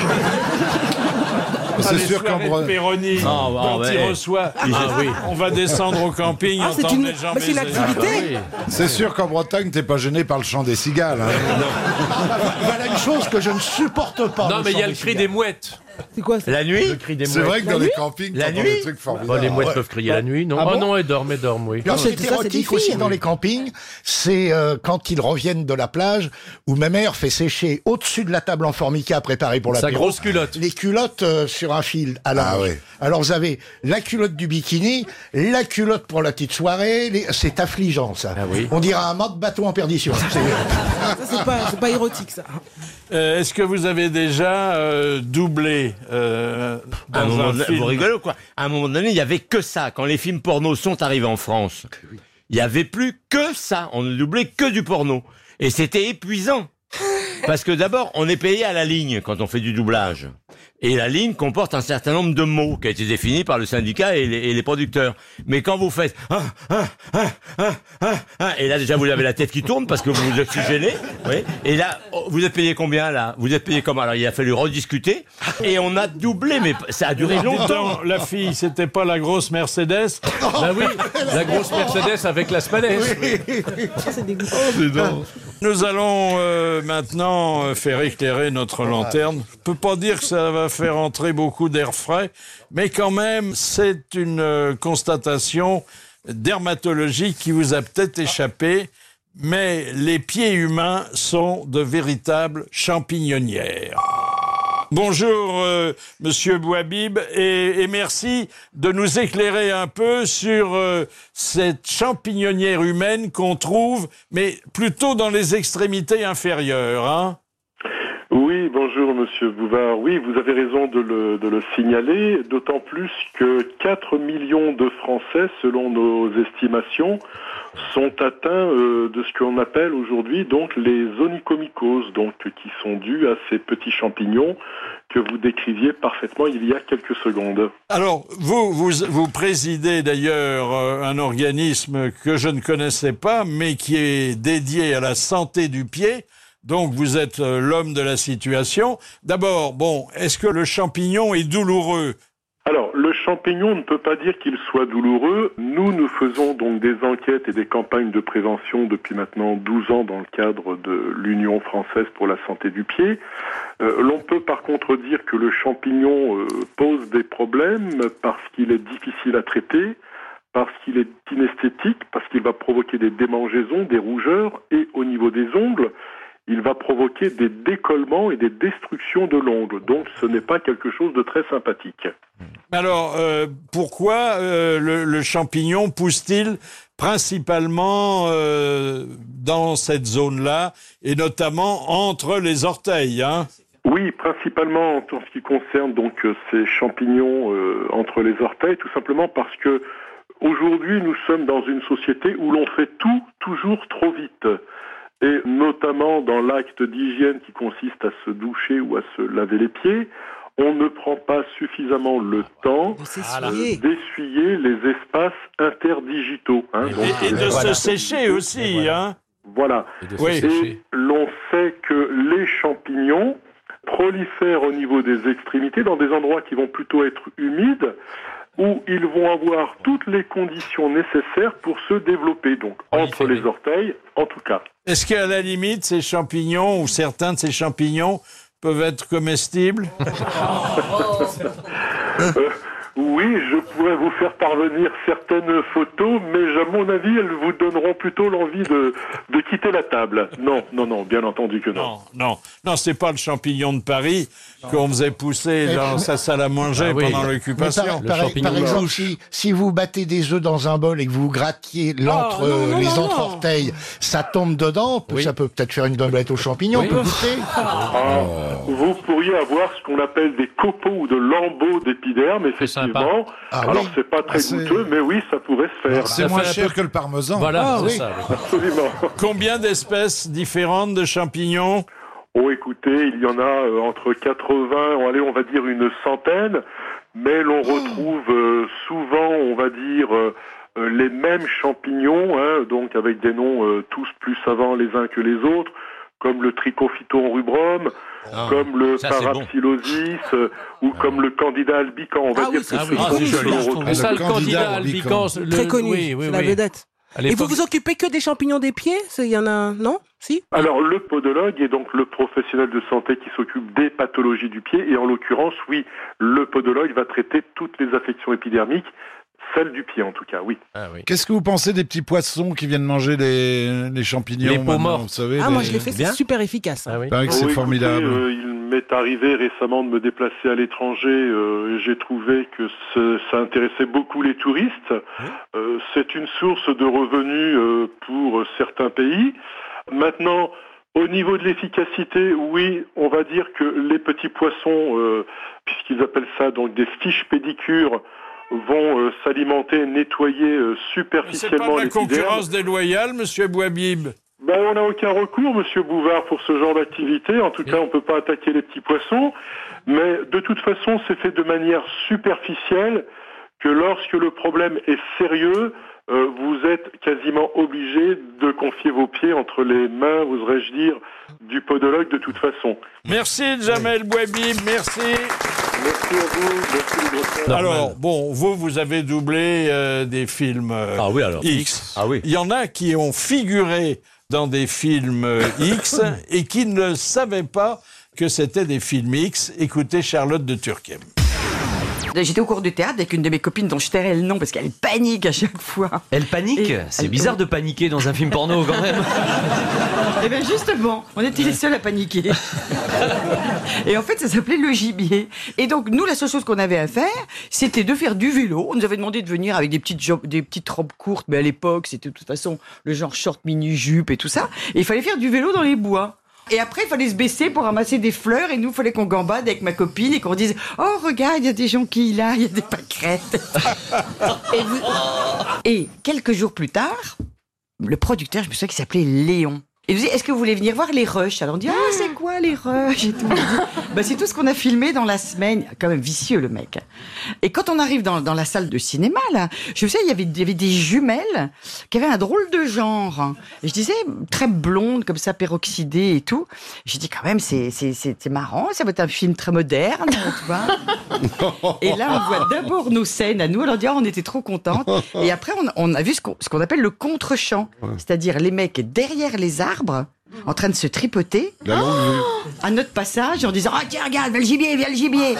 C'est sûr qu'en Péroni, quand il reçoit, on va descendre au camping, entendre les gens baiser. C'est une activité. C'est sûr qu'en Bretagne, t'es pas gêné par le chant des cigales. Voilà une chose que je ne supporte pas. Non, mais il y a le cri des mouettes. C'est quoi ça? La nuit? Le cri des mouettes. C'est vrai que dans les campings, t'entends des trucs formidables. Les mouettes peuvent crier la nuit, non? Non, elles dorment, oui. Ce qui est érotique aussi dans les campings, c'est quand ils reviennent de la plage, où ma mère fait sécher au-dessus de la table en formica préparée pour la sa grosse culotte. Les culottes sur un fil à linge. Alors vous avez la culotte du bikini, la culotte pour la petite soirée, c'est affligeant ça. On dirait un mode bateau en perdition. Ça, c'est pas érotique ça. Est-ce que vous avez déjà doublé dans un film? Vous rigolez ou quoi? À un moment donné, il y avait que ça. Quand les films porno sont arrivés en France, il y avait plus que ça. On ne doublait que du porno. Et c'était épuisant. Parce que d'abord, on est payé à la ligne quand on fait du doublage. Et la ligne comporte un certain nombre de mots qui a été défini par le syndicat et les producteurs. Mais quand vous faites et là déjà vous avez la tête qui tourne parce que vous vous oxygénez. Oui. Et là, vous êtes payé combien là? Vous êtes payé comment? Alors il a fallu rediscuter et on a doublé, mais ça a duré longtemps. La fille, c'était pas la grosse Mercedes? Ben oui, la grosse Mercedes avec la Spades. Ça c'est dégoûtant. Nous allons maintenant faire éclairer notre lanterne. Je peux pas dire que ça va faire entrer beaucoup d'air frais, mais quand même, c'est une constatation dermatologique qui vous a peut-être échappé, mais les pieds humains sont de véritables champignonnières. Bonjour, Monsieur Bouhabib, et merci de nous éclairer un peu sur cette champignonnière humaine qu'on trouve, mais plutôt dans les extrémités inférieures, hein? Oui, bonjour Monsieur Bouvard. Oui, vous avez raison de le signaler, d'autant plus que 4 millions de Français, selon nos estimations, sont atteints de ce qu'on appelle aujourd'hui donc les onychomycoses, donc qui sont dus à ces petits champignons que vous décriviez parfaitement il y a quelques secondes. Alors, vous présidez d'ailleurs un organisme que je ne connaissais pas, mais qui est dédié à la santé du pied. donc vous êtes l'homme de la situation. D'abord, bon, est-ce que le champignon est douloureux ? Alors, le champignon, on ne peut pas dire qu'il soit douloureux. Nous faisons donc des enquêtes et des campagnes de prévention depuis maintenant 12 ans dans le cadre de l'Union française pour la santé du pied. L'on peut par contre dire que le champignon pose des problèmes parce qu'il est difficile à traiter, parce qu'il est inesthétique, parce qu'il va provoquer des démangeaisons, des rougeurs, et au niveau des ongles, il va provoquer des décollements et des destructions de l'ongle. Donc ce n'est pas quelque chose de très sympathique. Alors, pourquoi le champignon pousse-t-il principalement dans cette zone-là, et notamment entre les orteils, hein ? Oui, principalement en ce qui concerne donc ces champignons entre les orteils, tout simplement parce que aujourd'hui nous sommes dans une société où l'on fait tout toujours trop vite. Et notamment dans l'acte d'hygiène qui consiste à se doucher ou à se laver les pieds, on ne prend pas suffisamment le temps d'essuyer les espaces interdigitaux. Hein, et de se sécher aussi. Hein. Voilà. Et l'on sait que les champignons prolifèrent au niveau des extrémités dans des endroits qui vont plutôt être humides, où ils vont avoir toutes les conditions nécessaires pour se développer, donc entre les orteils, en tout cas. Est-ce qu'à la limite, ces champignons, ou certains de ces champignons, peuvent être comestibles ? Oui, je pourrais vous faire parvenir certaines photos, mais à mon avis, elles vous donneront plutôt l'envie de quitter la table. Non, bien entendu que non. Non, c'est pas le champignon de Paris qu'on faisait pousser dans sa salle à manger pendant l'occupation. Par exemple, si vous battez des œufs dans un bol et que vous grattiez les entre-orteils, ça tombe dedans, ça peut peut-être faire une omelette aux champignons, on peut goûter. Vous pourriez avoir ce qu'on appelle des copeaux ou de lambeaux d'épiderme, effectivement. Alors c'est pas très goûteux, mais oui, ça pourrait se faire. C'est moins cher que le parmesan. Voilà, c'est ça. Absolument. Combien d'espèces différentes de champignons ? Oh, écoutez, il y en a entre 80, on va dire une centaine, mais l'on retrouve souvent, on va dire, les mêmes champignons, hein, donc avec des noms tous plus savants les uns que les autres, comme le Trichophyton rubrum, comme le Parapsilosis, ou comme le Candida albicans. On va dire que c'est le Candida albicans, très connu, c'est la vedette. Et vous vous occupez que des champignons des pieds ? Il y en a, non ? Si ? Alors, le podologue est donc le professionnel de santé qui s'occupe des pathologies du pied, et en l'occurrence, oui, le podologue va traiter toutes les affections épidermiques, celle du pied en tout cas, oui. Qu'est-ce que vous pensez des petits poissons qui viennent manger les champignons ? Les peaux mortes. Vous savez, moi je l'ai fait, c'est super efficace. C'est formidable. Il m'est arrivé récemment de me déplacer à l'étranger, j'ai trouvé que ça intéressait beaucoup les touristes. C'est une source de revenus pour certains pays. Maintenant, au niveau de l'efficacité, oui, on va dire que les petits poissons, puisqu'ils appellent ça donc des fiches pédicures, vont s'alimenter, nettoyer superficiellement les l'épiderme. C'est pas de la concurrence déloyale, monsieur Bouhabib ? On n'a aucun recours, monsieur Bouvard, pour ce genre d'activité. En tout cas, on ne peut pas attaquer les petits poissons. Mais de toute façon, c'est fait de manière superficielle que lorsque le problème est sérieux, vous êtes quasiment obligé de confier vos pieds entre les mains, oserais-je dire, du podologue de toute façon. Merci Jamel Bouhabib, merci. Merci à vous, merci les grosses. Alors, vous avez doublé des films X. Il y en a qui ont figuré dans des films X et qui ne savaient pas que c'était des films X. Écoutez Charlotte de Turckheim. J'étais au cours du théâtre avec une de mes copines dont je tairais le nom parce qu'elle panique à chaque fois. Elle panique ? C'est bizarre de paniquer dans un film porno quand même. Eh bien justement, on était les seuls à paniquer. Et en fait, ça s'appelait Le Gibier. Et donc, nous, la seule chose qu'on avait à faire, c'était de faire du vélo. On nous avait demandé de venir avec des petites robes courtes, mais à l'époque, c'était de toute façon le genre short mini-jupe et tout ça. Et il fallait faire du vélo dans les bois. Et après, il fallait se baisser pour ramasser des fleurs. Et nous, il fallait qu'on gambade avec ma copine et qu'on dise « Oh, regarde, il y a des jonquilles là, il y a des pâquerettes. » Et quelques jours plus tard, le producteur, je me souviens qu'il s'appelait Léon. Et il nous dit, est-ce que vous voulez venir voir les rushs? Alors on dit, c'est quoi les rushs et tout. C'est tout ce qu'on a filmé dans la semaine. Quand même vicieux, le mec. Et quand on arrive dans la salle de cinéma, là, je sais, il y avait des jumelles qui avaient un drôle de genre. Et je disais, très blonde, comme ça, peroxydée et tout. J'ai dit, quand même, c'est marrant, ça va être un film très moderne, tu vois. Et là, on voit d'abord nos scènes à nous. Alors, on était trop contentes. Et après, on a vu ce qu'on appelle le contre-champ. C'est-à-dire les mecs derrière les arbres, en train de se tripoter. À notre passage, en disant, tiens, regarde, viens le gibier.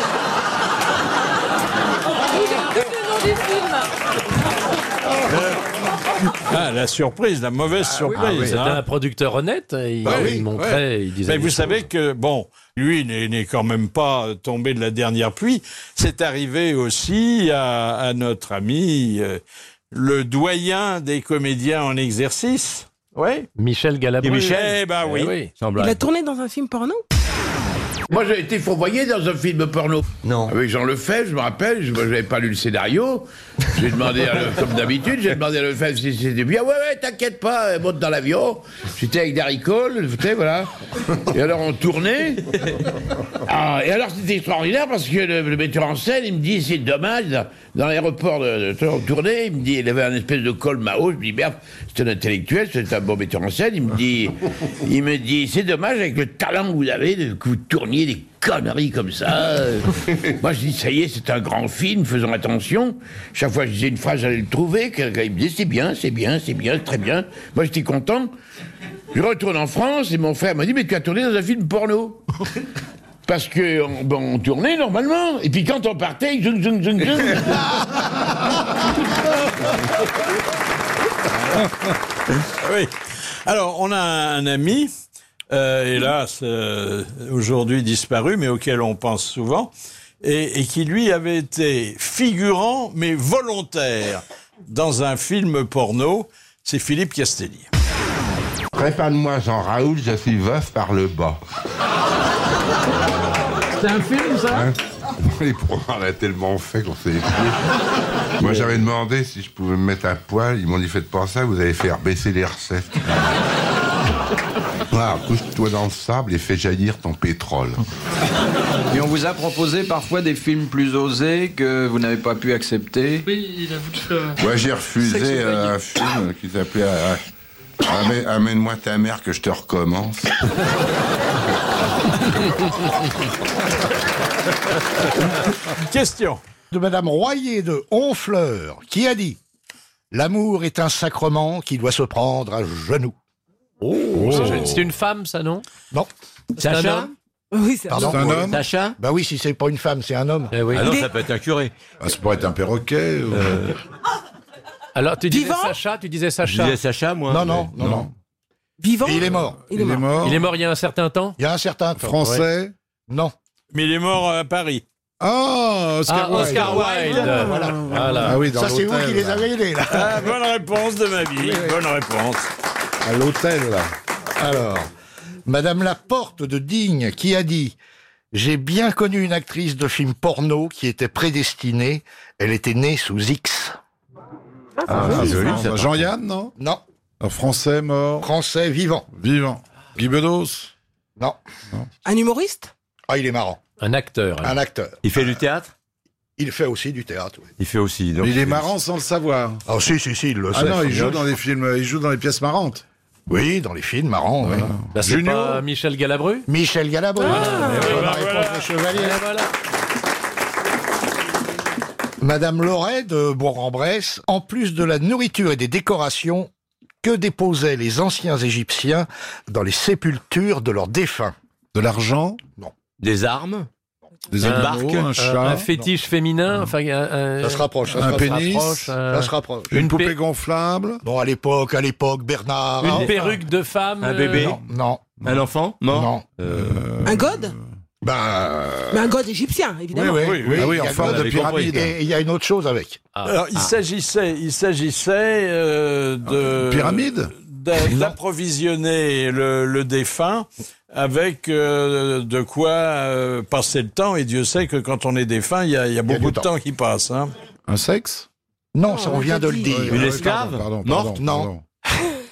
La surprise, la mauvaise surprise. C'était un producteur honnête. Il montrait, il disait. Mais vous savez que, lui n'est quand même pas tombé de la dernière pluie. C'est arrivé aussi à notre ami, le doyen des comédiens en exercice. Ouais. Michel Galabru. Oui. Il a tourné dans un film porno? Moi, j'ai été fourvoyé dans un film porno. Non. Avec Jean Lefebvre, je me rappelle, je n'avais pas lu le scénario. J'ai demandé, comme d'habitude, j'ai demandé à Lefebvre si c'était bien. Ouais, t'inquiète pas, monte dans l'avion. J'étais avec Darry Cole, voilà. Et alors, on tournait. Et alors, c'était extraordinaire parce que le metteur en scène, il me dit, c'est dommage, dans l'aéroport on tournait, il me dit, il avait un espèce de col Mao. Je me dis, merde, c'est un intellectuel, c'est un bon metteur en scène. Il me dit, c'est dommage avec le talent que vous avez, que vous tourniez des conneries comme ça. Moi, je dis, ça y est, c'est un grand film, faisons attention. Chaque fois que je disais une phrase, j'allais le trouver. Quelqu'un il me disait, c'est bien, très bien. Moi, j'étais content. Je retourne en France et mon frère m'a dit, mais tu as tourné dans un film porno. Parce que on tournait normalement. Et puis quand on partait, zung. Oui. Alors, on a un ami, hélas, aujourd'hui disparu, mais auquel on pense souvent, et qui, lui, avait été figurant, mais volontaire, dans un film porno. C'est Philippe Castelli. Prépare-moi Jean Raoul, je suis veuf par le bas. C'est un film, ça Les programmes a tellement fait qu'on s'est épié. Moi, j'avais demandé si je pouvais me mettre à poil. Ils m'ont dit, faites pas ça, vous allez faire baisser les recettes. Voilà, couche-toi dans le sable et fais jaillir ton pétrole. Et on vous a proposé parfois des films plus osés que vous n'avez pas pu accepter. Oui, il a voulu faire... Ouais, j'ai refusé un film qui s'appelait Amène-moi ta mère que je te recommence. Question de Madame Royer de Honfleur, qui a dit « L'amour est un sacrement qui doit se prendre à genoux. » C'est une femme, ça, non? Non. C'est un homme? Oui, c'est Pardon, un homme. Sacha? Bah oui, si c'est pas une femme, c'est un homme. Oui. Ah non, ça peut être un curé. Ça pourrait être un perroquet. Alors, tu disais Vivant? Sacha, tu disais Sacha. Je disais Sacha, moi. Non. Vivant? Et il est mort. Il est mort. Il est mort il y a un certain temps? Il y a un certain temps. Français. Ouais. Non. Mais il est mort à Paris. Oscar Wilde. Oscar Wilde. Voilà. Ah oui, dans Ça, c'est vous l'hôtel, qui les là. avez aidés, là. Bonne réponse de ma vie. Bonne réponse. À l'hôtel, là. Alors, Madame Laporte de Digne, qui a dit « J'ai bien connu une actrice de film porno qui était prédestinée. Elle était née sous X. » Joli, ça. Jean-Yann, non? Non. Un Français mort. Français vivant. Vivant. Guy Bedos. Non. Un humoriste? Ah, il est marrant. Un acteur. Un acteur. Il fait du théâtre? Il fait aussi du théâtre, oui. Il fait aussi. Donc Il est marrant sans le savoir. Ah si, il le sait. Ah non, il joue dans les films, il joue dans les pièces marrantes. Oui, dans les films marrants, oui. Là, c'est pas Michel Galabru? Michel Galabru. Voilà. Chevalier. Madame Loret de Bourg-en-Bresse, en plus de la nourriture et des décorations, que déposaient les anciens Égyptiens dans les sépultures de leurs défunts? De l'argent? Non. Des armes? Des animaux, un chat? Un fétiche féminin? Enfin, Ça se rapproche. Un pénis? Ça se rapproche. Une poupée gonflable? Bon, à l'époque, Bernard. Une perruque de femme? Un bébé? Non. Un enfant? Mort? Non. Un god? Ben. Mais un god égyptien, évidemment. Oui, en forme de pyramide. Et il y a une autre chose avec. Alors, il s'agissait de pyramide, d'approvisionner le défunt avec de quoi passer le temps. Et Dieu sait que quand on est défunt, il y a beaucoup de temps qui passe. Hein. Un sexe? Non, ça on vient de le dire. Une esclave? Morte? Non.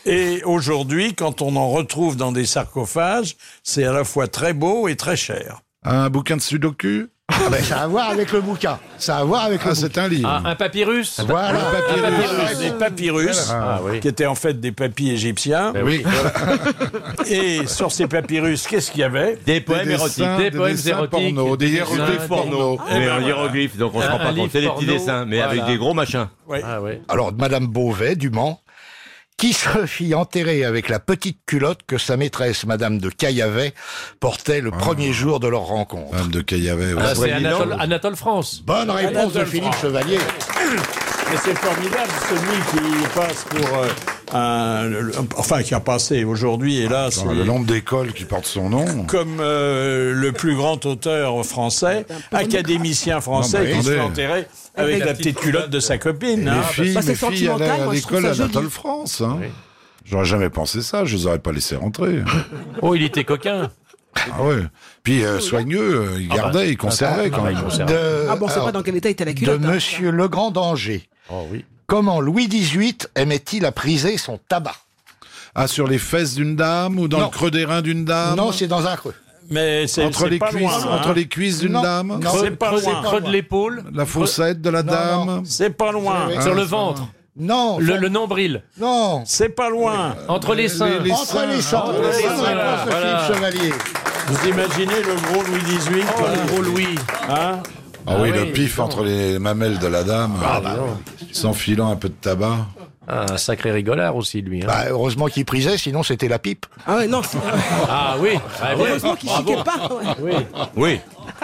Et aujourd'hui, quand on en retrouve dans des sarcophages, c'est à la fois très beau et très cher. Un bouquin de sudoku? Ah ben, ça a à voir avec le bouquin. Ça a à voir avec le bouquin. C'est un livre. Un papyrus. Voilà, Des papyrus, qui étaient en fait des papys égyptiens. Oui. Et sur ces papyrus, qu'est-ce qu'il y avait? Des poèmes érotiques. Des poèmes érotiques. Porno, des hiéroglyphes porno. Mais en hiéroglyphes, donc on se rend pas compte. C'est des petits dessins, mais avec des gros machins. Oui. Ah ouais. Alors, Madame Beauvais, du Mans, qui se fit enterrer avec la petite culotte que sa maîtresse, Madame de Caillavet, portait le premier jour de leur rencontre. Madame de Caillavet, ouais. C'est Anatole France. Bonne réponse de Anatole Philippe France. Chevalier. Mais c'est formidable, celui qui passe pour enfin, qui a passé aujourd'hui, hélas. Le nombre d'écoles qui portent son nom. Comme le plus grand auteur français, académicien français, qui se fait enterrer avec la petite culotte de sa copine. Mes filles allaient à l'école ça Anatole France. Hein. Oui. J'aurais jamais pensé ça, je les aurais pas laissé rentrer. Oh, il était coquin. Ah ouais. Puis soigneux, il gardait, il conservait quand même. Ah bon, c'est pas dans quel état était la De culotte. Monsieur Legrand d'Angers. Oh oui. Comment Louis XVIII aimait-il à priser son tabac? Ah, sur les fesses d'une dame ou dans le creux des reins d'une dame? Non, c'est dans un creux. Mais c'est Entre les pas cuisses, loin. entre les cuisses d'une dame? Non, C'est pas loin. Creux de l'épaule. La fossette de la dame? C'est pas loin. Sur le ventre. Non. Le nombril. Non. C'est pas loin. Entre les seins. Entre les seins. Entre les seins, Bonne réponse de voilà. Philippe Chevalier. Vous imaginez le gros Louis XVIII Oh, le gros Louis. Hein? Ah oui, oui, le pif entre les mamelles de la dame, s'enfilant un peu de tabac. Un sacré rigolard aussi, lui. Hein. Bah, heureusement qu'il prisait, sinon c'était la pipe. Ah ouais, non, c'est... Ah oui. Ah, oui. Heureusement qu'il chiquait pas. Ouais. Oui.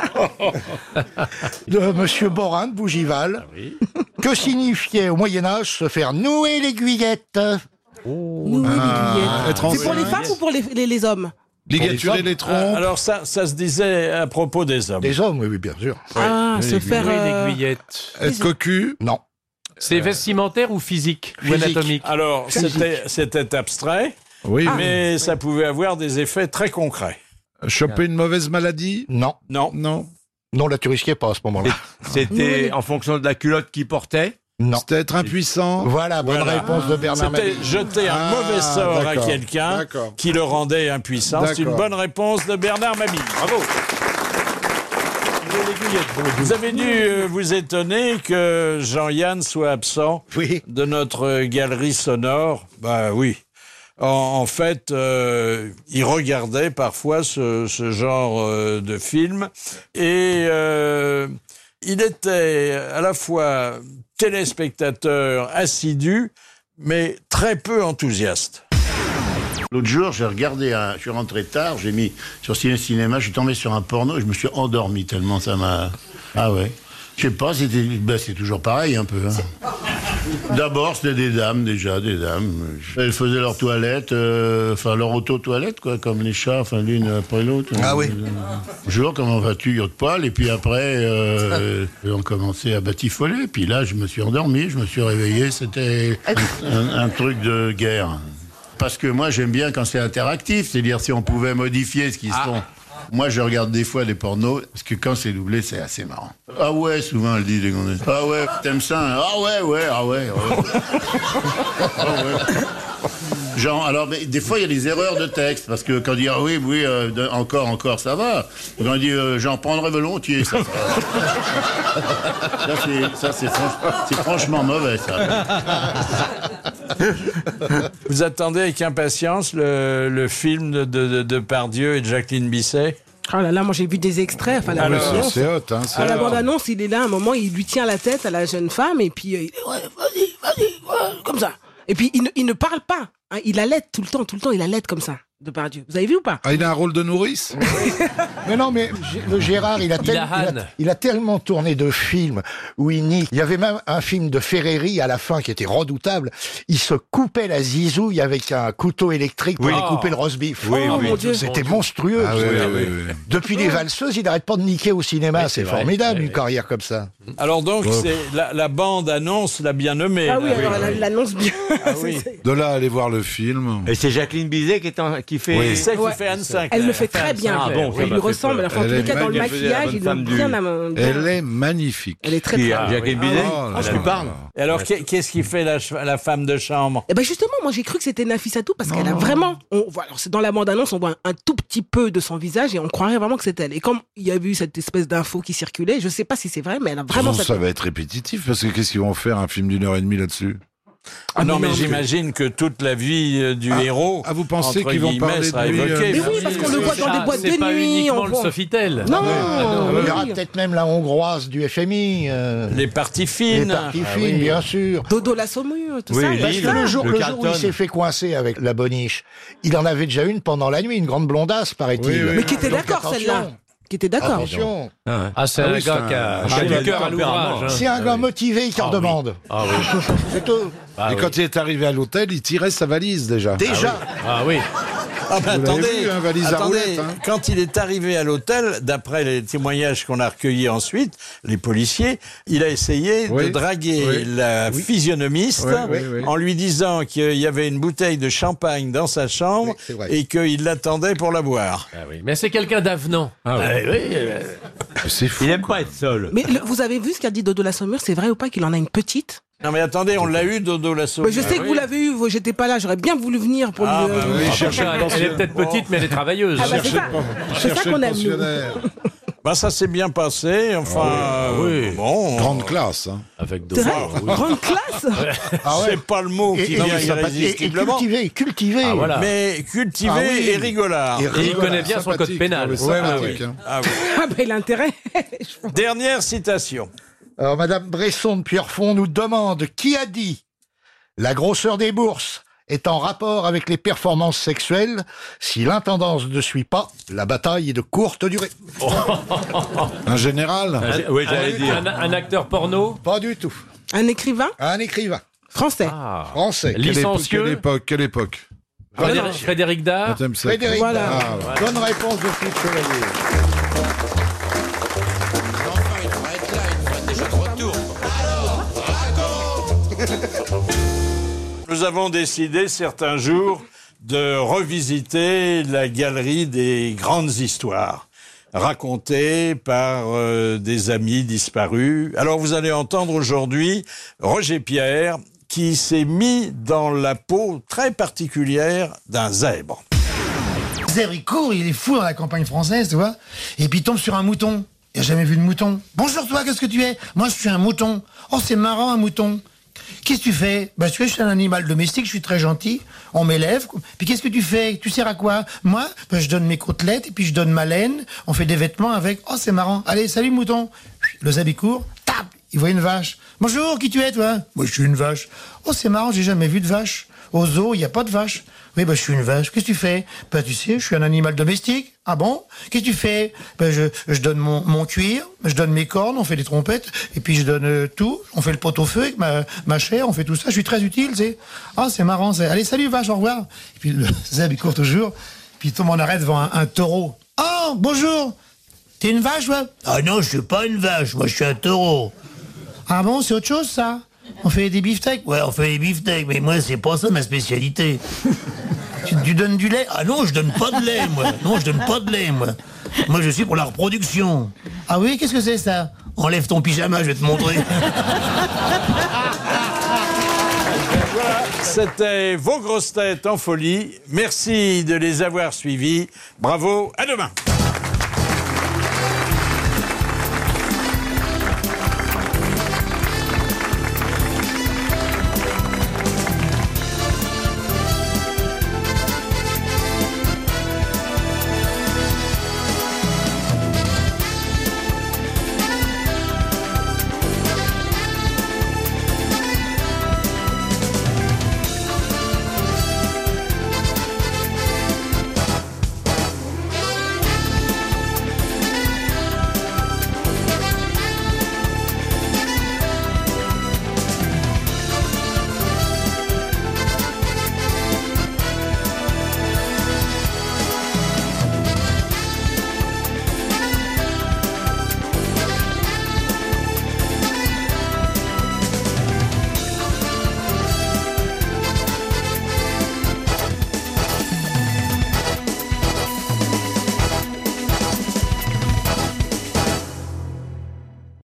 De Monsieur Borin de Bougival. Que signifiait au Moyen-Âge se faire nouer l'aiguillette? Nouer l'aiguillette. être C'est pour les femmes ou pour les hommes? Ligaturer les troncs. Alors ça se disait à propos des hommes. Des hommes, oui, oui, bien sûr. Ah, se faire... L'aiguillette. Être cocu. Non. C'est vestimentaire ou physique, ou anatomique? Alors c'était abstrait, Oui, mais ça pouvait avoir des effets très concrets. choper une mauvaise maladie. Non. Non. Non. Non, là, tu risquais pas à ce moment-là. C'était en fonction de la culotte qu'il portait. Non. C'était être impuissant. Voilà, bonne Voilà. réponse de Bernard C'était Mabille. jeter un mauvais sort à d'accord. quelqu'un D'accord. qui le rendait impuissant. C'est une D'accord. bonne réponse de Bernard Mabille. Bravo. Vous avez dû vous étonner que Jean-Yann soit absent de notre galerie sonore. Bah oui. En fait, il regardait parfois ce genre de film et il était à la fois téléspectateur assidu, mais très peu enthousiaste. L'autre jour, je suis rentré tard, j'ai mis sur Cinéma, je suis tombé sur un porno et je me suis endormi tellement ça m'a... Ah ouais. Je sais pas, c'est toujours pareil un peu. Hein. D'abord, c'était des dames déjà, des dames. Elles faisaient leur toilette, leur auto-toilette, quoi, comme les chats, enfin l'une après l'autre. Ah oui. Bonjour, comment vas-tu, de poil. Et puis après, on commençait à batifoler. Puis là, je me suis endormi, je me suis réveillé. C'était un truc de guerre. Parce que moi, j'aime bien quand c'est interactif, c'est-à-dire si on pouvait modifier ce qui se font. Moi, je regarde des fois des pornos, parce que quand c'est doublé, c'est assez marrant. Ah ouais, souvent, elle dit les gondes. Ah ouais, t'aimes ça? Hein? Ah ouais. Ah ouais. Genre, alors, mais des fois, il y a des erreurs de texte, parce que quand on dit, ah oui, encore, ça va. Quand on dit, j'en prendrais volontiers, ça. C'est franchement mauvais, ça. Vous attendez avec impatience le film de Depardieu et de Jacqueline Bisset? Oh là là, moi j'ai vu des extraits. Enfin, la bande-annonce. C'est hot, hein. À la bande-annonce, il est là, à un moment, il lui tient la tête à la jeune femme, et puis il est, ouais, vas-y, ouais, comme ça. Et puis il ne parle pas. Hein, il allaite tout le temps, il allaite comme ça, Depardieu. Vous avez vu ou pas? Ah, il a un rôle de nourrice. Mais non, mais le Gérard, il a tellement tourné de films où il nique. Il y avait même un film de Ferreri à la fin qui était redoutable. Il se coupait la zizouille avec un couteau électrique pour aller couper le roast beef. Mon Dieu. C'était monstrueux. Ah, oui. Depuis Les Valseuses, il n'arrête pas de niquer au cinéma. C'est formidable, une carrière comme ça. Alors donc, c'est la bande-annonce l'a bien nommée. Ah oui, alors elle l'annonce bien. Ah oui. De là à aller voir le film. Et c'est Jacqueline Bisset qui qui fait. Oui. Celle qui Ouais. fait Anne Sinclair. Elle le fait très bien. Ah bon, Elle lui ressemble. Enfin, en tous les cas, dans le maquillage, il est bien. Elle est magnifique. Elle est très très bien. Jacqueline Binet, je lui parle. Et alors, qu'est-ce qui fait la femme de chambre? Et ben justement, moi j'ai cru que c'était Nafissatou parce qu'elle a vraiment. Voilà, c'est dans la bande-annonce, on voit un tout petit peu de son visage et on croirait vraiment que c'est elle. Et comme il y a eu cette espèce d'info qui circulait, je sais pas si c'est vrai, mais elle a vraiment. Ça va être répétitif parce que qu'est-ce qu'ils vont faire un film d'1h30 là-dessus? Ah non, mais j'imagine que toute la vie du héros. Ah, vous pensez entre qu'ils vont guillemets, parler sera de lui, évoquée. Mais oui, parce qu'on le voit dans des boîtes de nuit. C'est pas uniquement on le voit- Sofitel. Non, Il y aura peut-être même la hongroise du FMI. Les parties fines. Les parties fines, bien sûr. Dodo la Saumure, tout Oui, ça. Parce que le jour où Carlton. il s'est fait coincer avec la boniche, il en avait déjà une pendant la nuit, une grande blondasse, paraît-il. Oui, oui. Mais qui était Donc, d'accord attention. celle-là. Qui était d'accord. Attention. Ah, c'est un gars qui a du cœur à l'ouvrage. C'est un gars motivé qui en demande. Ah oui. C'est tout. Et quand il est arrivé à l'hôtel, il tirait sa valise déjà. Déjà. Ah oui. Ah ben, Vous l'avez attendez, vu, hein, valise à attendez, roulettes, hein. quand il est arrivé à l'hôtel, d'après les témoignages qu'on a recueillis ensuite, les policiers, il a essayé de draguer la physionomiste en lui disant qu'il y avait une bouteille de champagne dans sa chambre et qu'il l'attendait pour la boire. Ah oui. Mais c'est quelqu'un d'avenant. Ah oui. C'est fou. Il aime pas être seul. Mais vous avez vu ce qu'a dit Dodo la Saumure, c'est vrai ou pas qu'il en a une petite? Non mais attendez, on l'a eu, Dodo la Saumure. Je sais que vous l'avez eu, j'étais pas là, j'aurais bien voulu venir pour Ah, lui. bah oui, Elle est peut-être petite, mais elle est travailleuse. Ah bah, c'est ça qu'on aime. Nous. Bah ça s'est bien passé, enfin, bon. Grande classe. Hein. Avec C'est vrai, grande classe. C'est pas le mot qui vient irrésistiblement. Cultivé. Ah, voilà. Mais cultivé et rigolard. Et il connaît bien son code pénal. Ah oui. Ah bah il a intérêt. Dernière citation. Alors, Madame Bresson de Pierrefonds nous demande qui a dit la grosseur des bourses est en rapport avec les performances sexuelles. Si l'intendance ne suit pas, la bataille est de courte durée. Un général. Oui, j'allais dire. Un acteur porno. Pas du tout. Un écrivain Un écrivain français. Français. Licencieux. Quelle époque Frédéric Dard. Frédéric Voilà. Dard. Bonne réponse de Philippe Chevalier. Nous avons décidé certains jours de revisiter la galerie des grandes histoires racontées par des amis disparus. Alors vous allez entendre aujourd'hui Roger Pierre qui s'est mis dans la peau très particulière d'un zèbre. Le zèbre, il court, il est fou dans la campagne française, tu vois. Et puis il tombe sur un mouton. Il n'a jamais vu de mouton. Bonjour toi, qu'est-ce que tu es? Moi je suis un mouton. Oh c'est marrant un mouton. Qu'est-ce que tu fais? Bah tu sais, je suis un animal domestique, je suis très gentil. On m'élève. Puis qu'est-ce que tu fais? Tu sers à quoi? Moi, bah, je donne mes côtelettes et puis je donne ma laine. On fait des vêtements avec. Oh c'est marrant. Allez, salut mouton. Le zèbre il court. Tap, il voit une vache. Bonjour, qui tu es toi? Moi je suis une vache. Oh c'est marrant, j'ai jamais vu de vache. Au zoo, il n'y a pas de vache. Oui, bah, je suis une vache. Qu'est-ce que tu fais? Bah, tu sais, je suis un animal domestique. Ah bon? Qu'est-ce que tu fais? Bah, je donne mon cuir, je donne mes cornes, on fait des trompettes, et puis je donne tout. On fait le pot-au-feu avec ma chair, on fait tout ça. Je suis très utile, tu sais. Ah, c'est marrant, ça. Allez, salut, vache, au revoir. Et puis le zèbre, il court toujours. Puis il tombe en arrêt devant un taureau. Oh, bonjour! T'es une vache, ouais? Ah non, je suis pas une vache, moi, je suis un taureau. Ah bon, c'est autre chose, ça? On fait des beefsteaks? Ouais, on fait des beefsteaks, mais moi, c'est pas ça ma spécialité. Tu donnes du lait? Ah non, je donne pas de lait, moi. Non, je donne pas de lait, moi. Moi, je suis pour la reproduction. Ah oui, qu'est-ce que c'est, ça? Enlève ton pyjama, je vais te montrer. Voilà, c'était vos grosses têtes en folie. Merci de les avoir suivis. Bravo, à demain.